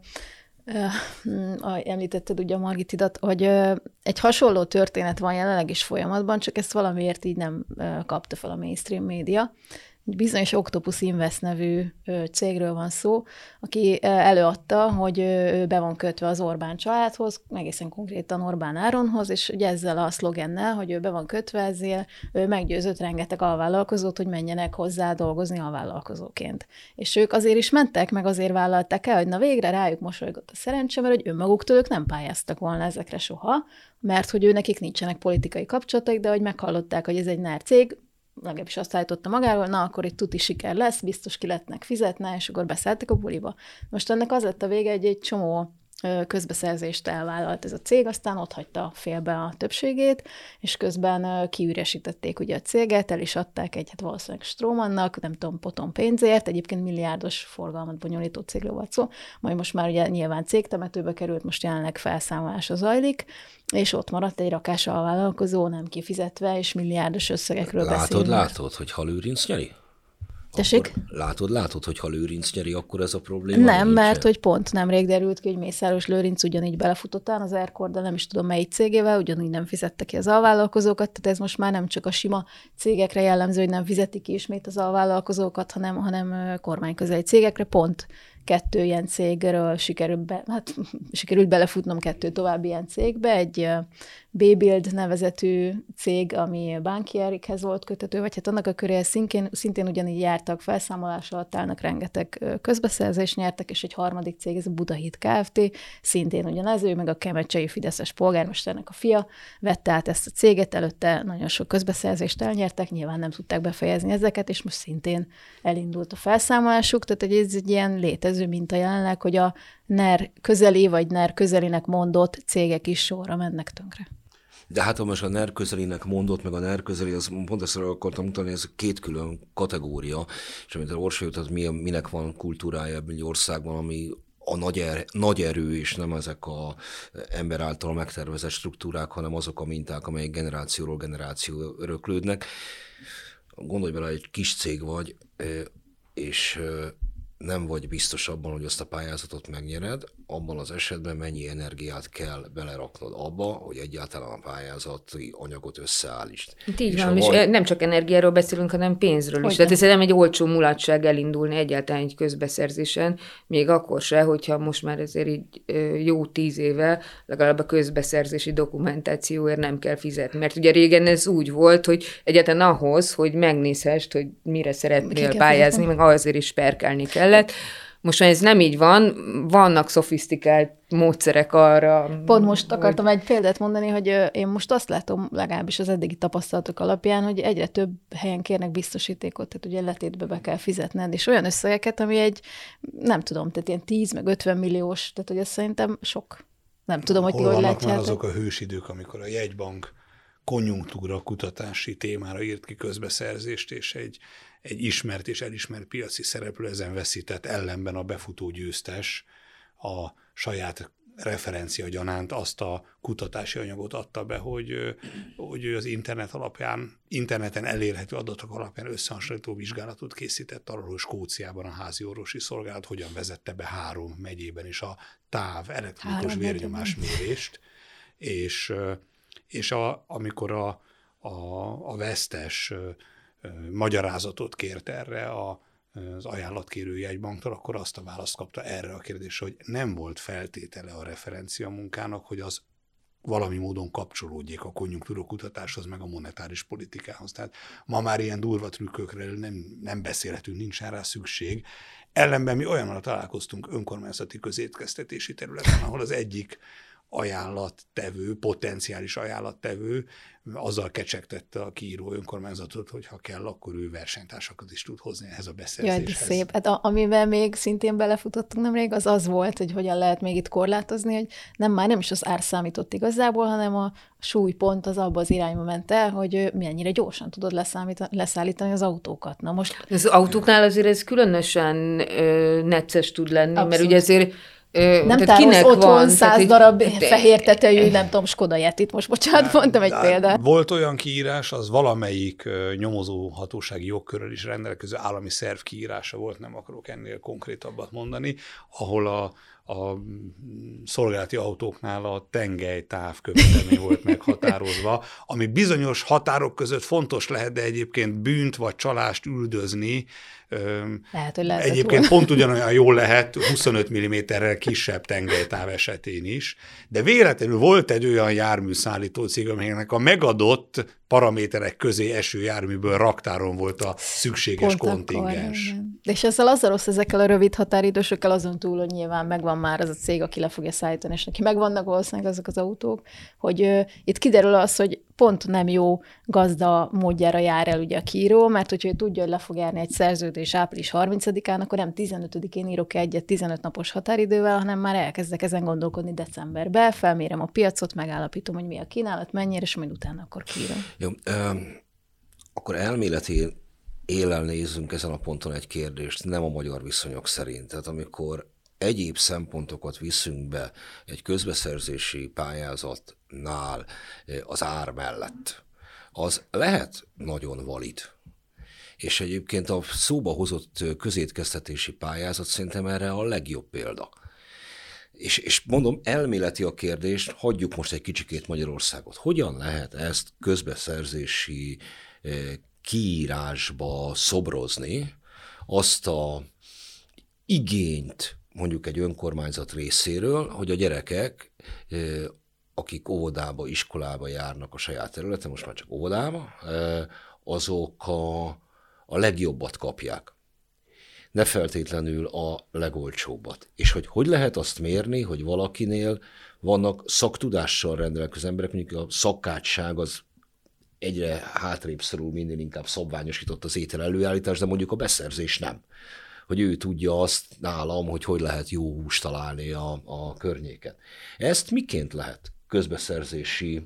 ö, említetted ugye a Margitidat, hogy ö, egy hasonló történet van jelenleg is folyamatban, csak ezt valamiért így nem ö, kapta fel a mainstream média. Egy bizonyos Octopus Invest nevű cégről van szó, aki előadta, hogy ő be van kötve az Orbán családhoz, egészen konkrétan Orbán Áronhoz, és ugye ezzel a szlogennel, hogy ő be van kötve, ezzel ő meggyőzött rengeteg alvállalkozót, hogy menjenek hozzá dolgozni alvállalkozóként. És ők azért is mentek, meg azért vállalták el, hogy na végre rájuk mosolygott a szerencse, mert hogy önmaguktól ők nem pályáztak volna ezekre soha, mert hogy ő nekik nincsenek politikai kapcsolataik, de hogy meghallották, hogy ez egy NER cég, legalábbis azt állította magáról, na akkor itt tuti siker lesz, biztos ki lettnek fizetne, és akkor beszálltak a buliba. Most ennek az lett a vége, hogy egy csomó közbeszerzést elvállalt ez a cég, aztán ott hagyta félbe a többségét, és közben kiüresítették ugye a céget, el is adták egy, hát valószínűleg Stromannak, nem tudom, potom pénzért, egyébként milliárdos forgalmat bonyolító cégről volt szó, majd most már ugye nyilván cégtemetőbe került, most jelenleg felszámolása zajlik, és ott maradt egy rakás alvállalkozó, nem kifizetve, és milliárdos összegekről látod, beszélünk. Látod, hogy ha Lőrinc nyeri? Tessék? Akkor látod, látod, hogy ha Lőrinc nyeri, akkor ez a probléma Nem, nincsen. mert hogy pont nemrég derült ki, hogy Mészáros Lőrinc ugyanígy belefutott az Erkor, de nem is tudom melyik cégével, ugyanúgy nem fizette ki az alvállalkozókat, tehát ez most már nem csak a sima cégekre jellemző, hogy nem fizetik ki ismét az alvállalkozókat, hanem, hanem kormányközeli cégekre, pont kettő ilyen cégről sikerült, be, hát, sikerült belefutnom kettő további ilyen cégbe, egy B-Build nevezetű cég, ami Bankierikhez volt kötető, vagy hát annak a köréhez szintén, szintén ugyanígy jártak, felszámolás alatt állnak, rengeteg közbeszerzést nyertek, és egy harmadik cég, ez a Budahíd Kft., szintén ugyanez, ő meg a kemecsei fideszes polgármesternek a fia, vette át ezt a céget, előtte nagyon sok közbeszerzést elnyertek, nyilván nem tudták befejezni ezeket, és most szintén elindult a felszámolásuk, tehát ez egy ilyen létező minta jelenleg, hogy a NER közeli, vagy NER közelinek mondott cégek is sorra mennek tönkre. De hát ha most a NER közelinek mondott, meg a NER közeli, az pont ezt akartam mutatni, ez két külön kategória, és amit a Orsi jutott, minek van kultúrája ebben egy országban, ami a nagy, er, nagy erő, és nem ezek a ember által megtervezett struktúrák, hanem azok a minták, amelyek generációról generáció öröklődnek. Gondolj bele, egy kis cég vagy, és nem vagy biztos abban, hogy azt a pályázatot megnyered, abban az esetben mennyi energiát kell beleraknod abba, hogy egyáltalán a pályázati anyagot összeállítsd. Így és van, és van... nem csak energiáról beszélünk, hanem pénzről is. Tehát ez nem egy olcsó mulatság elindulni egyáltalán egy közbeszerzésen, még akkor se, hogyha most már ezért így jó tíz éve legalább a közbeszerzési dokumentációért nem kell fizetni. Mert ugye régen ez úgy volt, hogy egyáltalán ahhoz, hogy megnézhessd, hogy mire szeretnél pályázni, meg azért is perkálni kellett. Most már ez nem így van, vannak szofisztikált módszerek arra. Pont most hogy... akartam egy példát mondani, hogy én most azt látom, legalábbis az eddigi tapasztalatok alapján, hogy egyre több helyen kérnek biztosítékot, tehát ugye letétbe be kell fizetned, és olyan összegeket, ami egy, nem tudom, tehát ilyen tíz meg ötven milliós, tehát hogy ez szerintem sok. Nem tudom, hogy hol ti hogy vannak látjátok. már azok a hősidők, amikor a jegybank konjunktúra kutatási témára írt ki közbeszerzést, és egy egy ismert és elismert piaci szereplő ezen veszített, ellenben a befutó győztes a saját referencia gyanánt azt a kutatási anyagot adta be, hogy, hogy az internet alapján, interneten elérhető adatok alapján összehasonlító vizsgálatot készített arról, hogy Skóciában a házi orvosi szolgálat hogyan vezette be három megyében is a táv elektronikus vérnyomásmérést, és, és a, amikor a, a, a vesztes magyarázatot kért erre a, az ajánlatkérő jegybanktól, akkor azt a választ kapta erre a kérdésre, hogy nem volt feltétele a referencia munkának, hogy az valami módon kapcsolódjék a konjunktúrakutatáshoz, meg a monetáris politikához. Tehát ma már ilyen durva trükkökről nem, nem beszélhetünk, nincs rá szükség. Ellenben mi olyannal találkoztunk önkormányzati közétkeztetési területen, ahol az egyik ajánlattevő, potenciális ajánlattevő azzal kecsegtette a kiíró önkormányzatot, hogy ha kell, akkor ő versenytársakat is tud hozni ehhez a beszerzéshez. Jaj, de szép. Hát a, amivel még szintén belefutottunk nemrég, az az volt, hogy hogyan lehet még itt korlátozni, hogy nem már nem is az ár számított igazából, hanem a súlypont az abba az irányba ment el, hogy mennyire gyorsan tudod leszállítani az autókat. Na most... Az autóknál azért ez különösen ö, necces tud lenni, Abszolút. Mert ugye azért Ö, nem tárolsz otthon száz darab de... fehér tetejű, nem tudom, Skoda Yetit, most bocsánat, mondtam egy példát. Volt olyan kiírás, az valamelyik nyomozó hatósági jogkörrel is rendelkező állami szerv kiírása volt, nem akarok ennél konkrétabbat mondani, ahol a, a szolgálati autóknál a tengelytáv követelmény volt meghatározva, ami bizonyos határok között fontos lehet, de egyébként bűnt vagy csalást üldözni, lehet, hogy lehet egyébként volna. Pont ugyanolyan jól lehet huszonöt milliméterrel kisebb tengelytáv esetén is, de véletlenül volt egy olyan járműszállító cég, amelynek a megadott paraméterek közé eső járműből raktáron volt a szükséges pont kontingens. Akkor, de és ezzel az a rossz ezekkel a rövid határidősökkel azon túl, hogy nyilván megvan már az a cég, aki le fogja szállítani, és neki megvannak valószínűleg azok az autók, hogy uh, itt kiderül az, hogy pont nem jó gazda módjára jár el ugye a kiíró, mert hogyha ő tudja, hogy le fog járni egy szerződés április harmincadikán, akkor nem tizenötödikén írok egyet tizenöt napos határidővel, hanem már elkezdek ezen gondolkodni decemberben, felmérem a piacot, megállapítom, hogy mi a kínálat, mennyire, és majd utána akkor kiírom. Jó, um, akkor elméleti éllel nézzünk ezen a ponton egy kérdést, nem a magyar viszonyok szerint. Tehát amikor egyéb szempontokat viszünk be egy közbeszerzési pályázatnál az ár mellett, az lehet nagyon valid. És egyébként a szóba hozott közétkeztetési pályázat szerintem erre a legjobb példa. És, és mondom, elméleti a kérdést, hagyjuk most egy kicsikét Magyarországot. Hogyan lehet ezt közbeszerzési kiírásba szobrozni, azt a igényt mondjuk egy önkormányzat részéről, hogy a gyerekek, akik óvodába, iskolába járnak a saját területen, most már csak óvodába, azok a, a legjobbat kapják. Ne feltétlenül a legolcsóbbat. És hogy hogy lehet azt mérni, hogy valakinél vannak szaktudással rendelkező emberek, mondjuk a szakácsság az egyre hátrébb szorul, minél inkább szabványosított az étel előállítás, de mondjuk a beszerzés nem. Hogy ő tudja azt nálam, hogy hogy lehet jó húst találni a, a környéken. Ezt miként lehet közbeszerzési...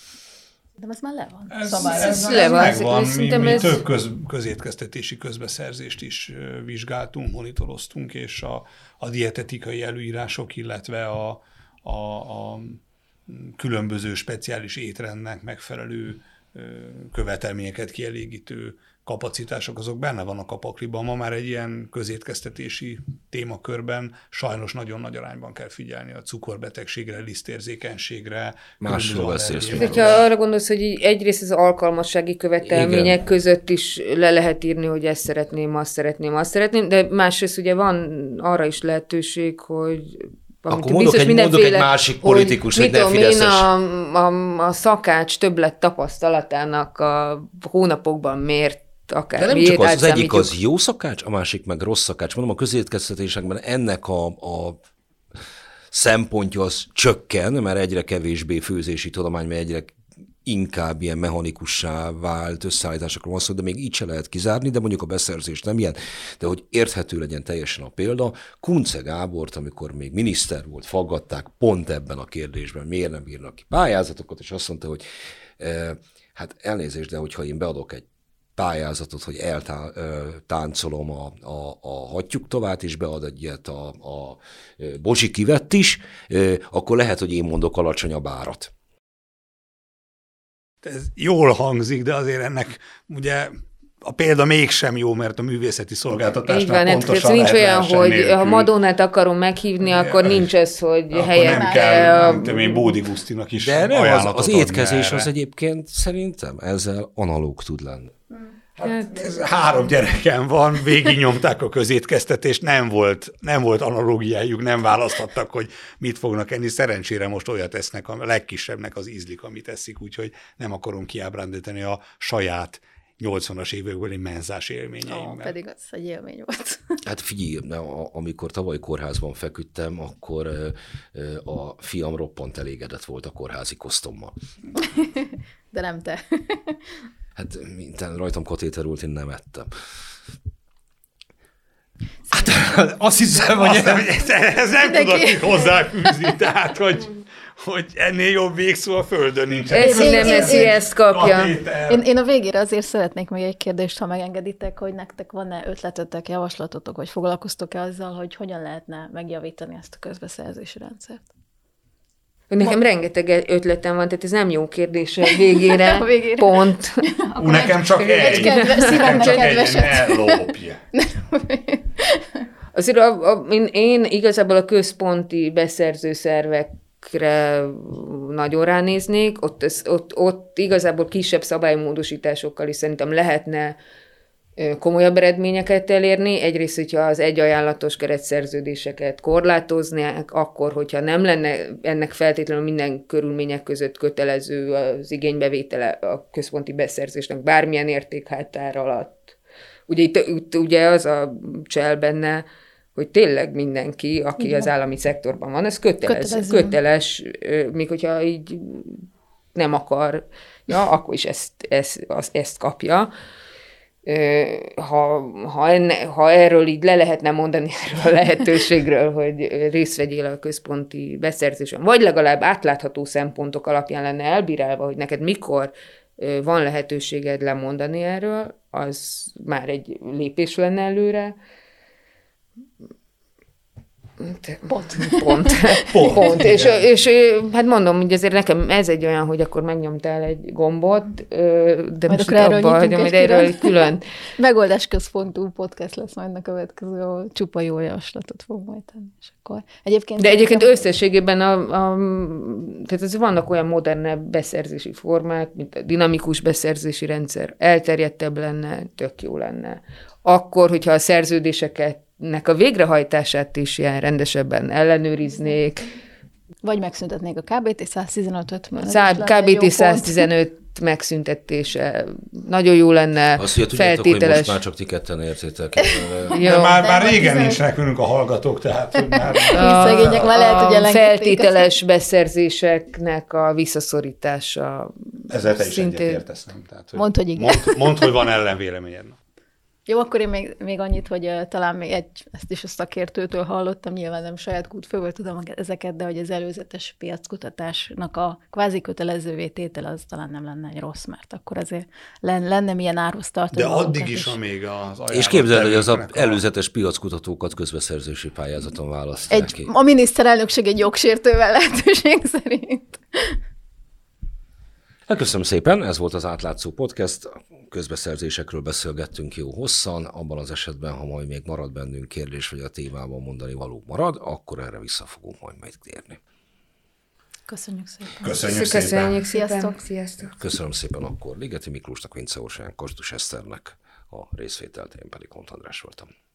De ez már le van. Ez, ez, ez, ez megvan. Mi, mi ez... több köz, közétkeztetési közbeszerzést is vizsgáltunk, monitoroztunk, és a, a dietetikai előírások, illetve a, a, a különböző speciális étrendnek megfelelő követelményeket kielégítő kapacitások, azok benne vannak a pakliban. Ma már egy ilyen közétkeztetési témakörben sajnos nagyon nagy arányban kell figyelni a cukorbetegségre, lisztérzékenységre. Másról beszélsz. Ha arra gondolsz, hogy egyrészt az alkalmassági követelmények Igen. között is le lehet írni, hogy ezt szeretném, azt szeretném, azt szeretném, de másrészt ugye van arra is lehetőség, hogy Akkor mondok egy, mondok egy másik politikus, hogy, hogy ne fideszes. Én a, a, a szakács többlet tapasztalatának a hónapokban mért akár. De nem csak az, az egyik az jó szakács, a másik meg rossz szakács. Mondom, a közétkeztetésekben ennek a, a szempontja az csökken, mert egyre kevésbé főzési tudomány, mert egyre inkább ilyen mechanikussá vált összeállításokról van szó, de még így se lehet kizárni, de mondjuk a beszerzés nem ilyen. De hogy érthető legyen teljesen a példa, Kunce Gábort, amikor még miniszter volt, faggatták pont ebben a kérdésben, miért nem írnak ki pályázatokat, és azt mondta, hogy e, hát elnézést, de hogyha én beadok egy pályázatot, hogy eltáncolom a, a, a hattyúk továt, és bead egy ilyet a, a Bozsi Kivett is, akkor lehet, hogy én mondok alacsonyabb árat. Ez jól hangzik, de azért ennek ugye a példa mégsem jó, mert a művészeti szolgáltatásnál van, pontosan nincs olyan, hogy nélkül. Ha Madonnát akarom meghívni, ja, akkor nincs ez, hogy akkor helyen nem kell, nem én Bódi Gusztinak is de nem, az, az étkezés erre. Az egyébként szerintem ezzel analóg tud lenni. Hát, ez három gyerekem van, végignyomták a közétkeztetést, nem volt, nem volt analógiájuk, nem választhattak, hogy mit fognak enni. Szerencsére most olyat esznek, a legkisebbnek az ízlik, amit eszik, úgyhogy nem akarom kiábrándítani a saját nyolcvanas évekbeli menzás élményeimmel. Ó, pedig az egy élmény volt. Hát figyelj, amikor tavaly kórházban feküdtem, akkor a fiam roppant elégedett volt a kórházi kosztommal. De nem te. Hát minden rajtam katéterült, én nem ettem. Hát, azt hiszem, hogy ez, ez nem tudok mit hozzáfűzni, tehát, hogy, hogy ennél jobb végszó a földön nincs. Ez nem eszi, ezt kapja. Én, én a végére azért szeretnék még egy kérdést, ha megengeditek, hogy nektek van-e ötletetek, javaslatotok, vagy foglalkoztok-e azzal, hogy hogyan lehetne megjavítani ezt a közbeszerzési rendszert? Nekem Ma... rengeteg ötletem van, tehát ez nem jó kérdés a végére. a végére. Pont. Ú, nekem csak egy. Kedves, nekem csak egy, ne lopj. Azért a, a, én, én igazából a központi beszerző szervekre nagyon ránéznék, ott, ez, ott, ott igazából kisebb szabálymódosításokkal is szerintem lehetne komolyabb eredményeket elérni. Egyrészt, hogyha az egyajánlatos keretszerződéseket korlátoznák, akkor, hogyha nem lenne ennek feltétlenül minden körülmények között kötelező az igénybevétele a központi beszerzésnek bármilyen értékhátár alatt. Ugye itt, itt ugye az a csel benne, hogy tényleg mindenki, aki igen. az állami szektorban van, ez kötelez, köteles, még hogyha így nem akar, ja, akkor is ezt, ezt, ezt kapja. Ha, ha, enne, ha erről így le lehetne mondani, erről a lehetőségről, hogy részt vegyél a központi beszerzésen, vagy legalább átlátható szempontok alapján lenne elbírálva, hogy neked mikor van lehetőséged lemondani erről, az már egy lépés lenne előre. Pont. Pont. Pont. Pont. És, és hát mondom, hogy azért nekem ez egy olyan, hogy akkor megnyomtál egy gombot, de majd most abba hagyom, hogy erről egy külön. Megoldásközpontú podcast lesz majd a következő, ahol csupa jó javaslatot fog majd tenni. És akkor egyébként de egyébként összességében a, a, tehát az vannak olyan modernebb beszerzési formák, mint a dinamikus beszerzési rendszer, elterjedtebb lenne, tök jó lenne. Akkor, hogyha a szerződéseket nek a végrehajtását is ilyen rendesebben ellenőriznék. Vagy megszüntetnék a ká bé té száztizenötöt. ká bé té száztizenöt megszüntetése nagyon jó lenne. Azt, hogy tudjátok, hogy most már csak ti ketten értétek. De már, már régen nincs nekünk a hallgatók, tehát hogy már... A, szegények már lehet, hogy a feltételes beszerzéseknek a visszaszorítása. Ezzel te is egyet értesz, nem? Tehát, hogy mondd, hogy igen. Mondd, mondd, hogy van ellenvéleményed. Jó, akkor én még, még annyit, hogy uh, talán még egy, ezt is a szakértőtől hallottam, nyilván nem saját kútfőből tudom ezeket, de hogy az előzetes piackutatásnak a kvázi kötelezővé tétel az talán nem lenne egy rossz, mert akkor azért lenne, lenne milyen árhoz tartani. De addig is, amíg az ajánlat... És képzeld, hogy az a előzetes piackutatókat közbeszerzési pályázaton választják egy, ki. A miniszterelnökség egy jogsértővel lehetőség szerint. Köszönöm szépen, ez volt az Átlátszó Podcast, közbeszerzésekről beszélgettünk jó hosszan, abban az esetben, ha majd még marad bennünk kérdés, vagy a témában mondani való marad, akkor erre vissza fogunk majd majd térni. Köszönjük szépen. Köszönjük, Köszönjük szépen. szépen. Sziasztok. Sziasztok. Köszönöm szépen akkor Ligeti Miklósnak, Vince Orsolyán, Kossuth Eszternek a részvételt, én pedig Hont András voltam.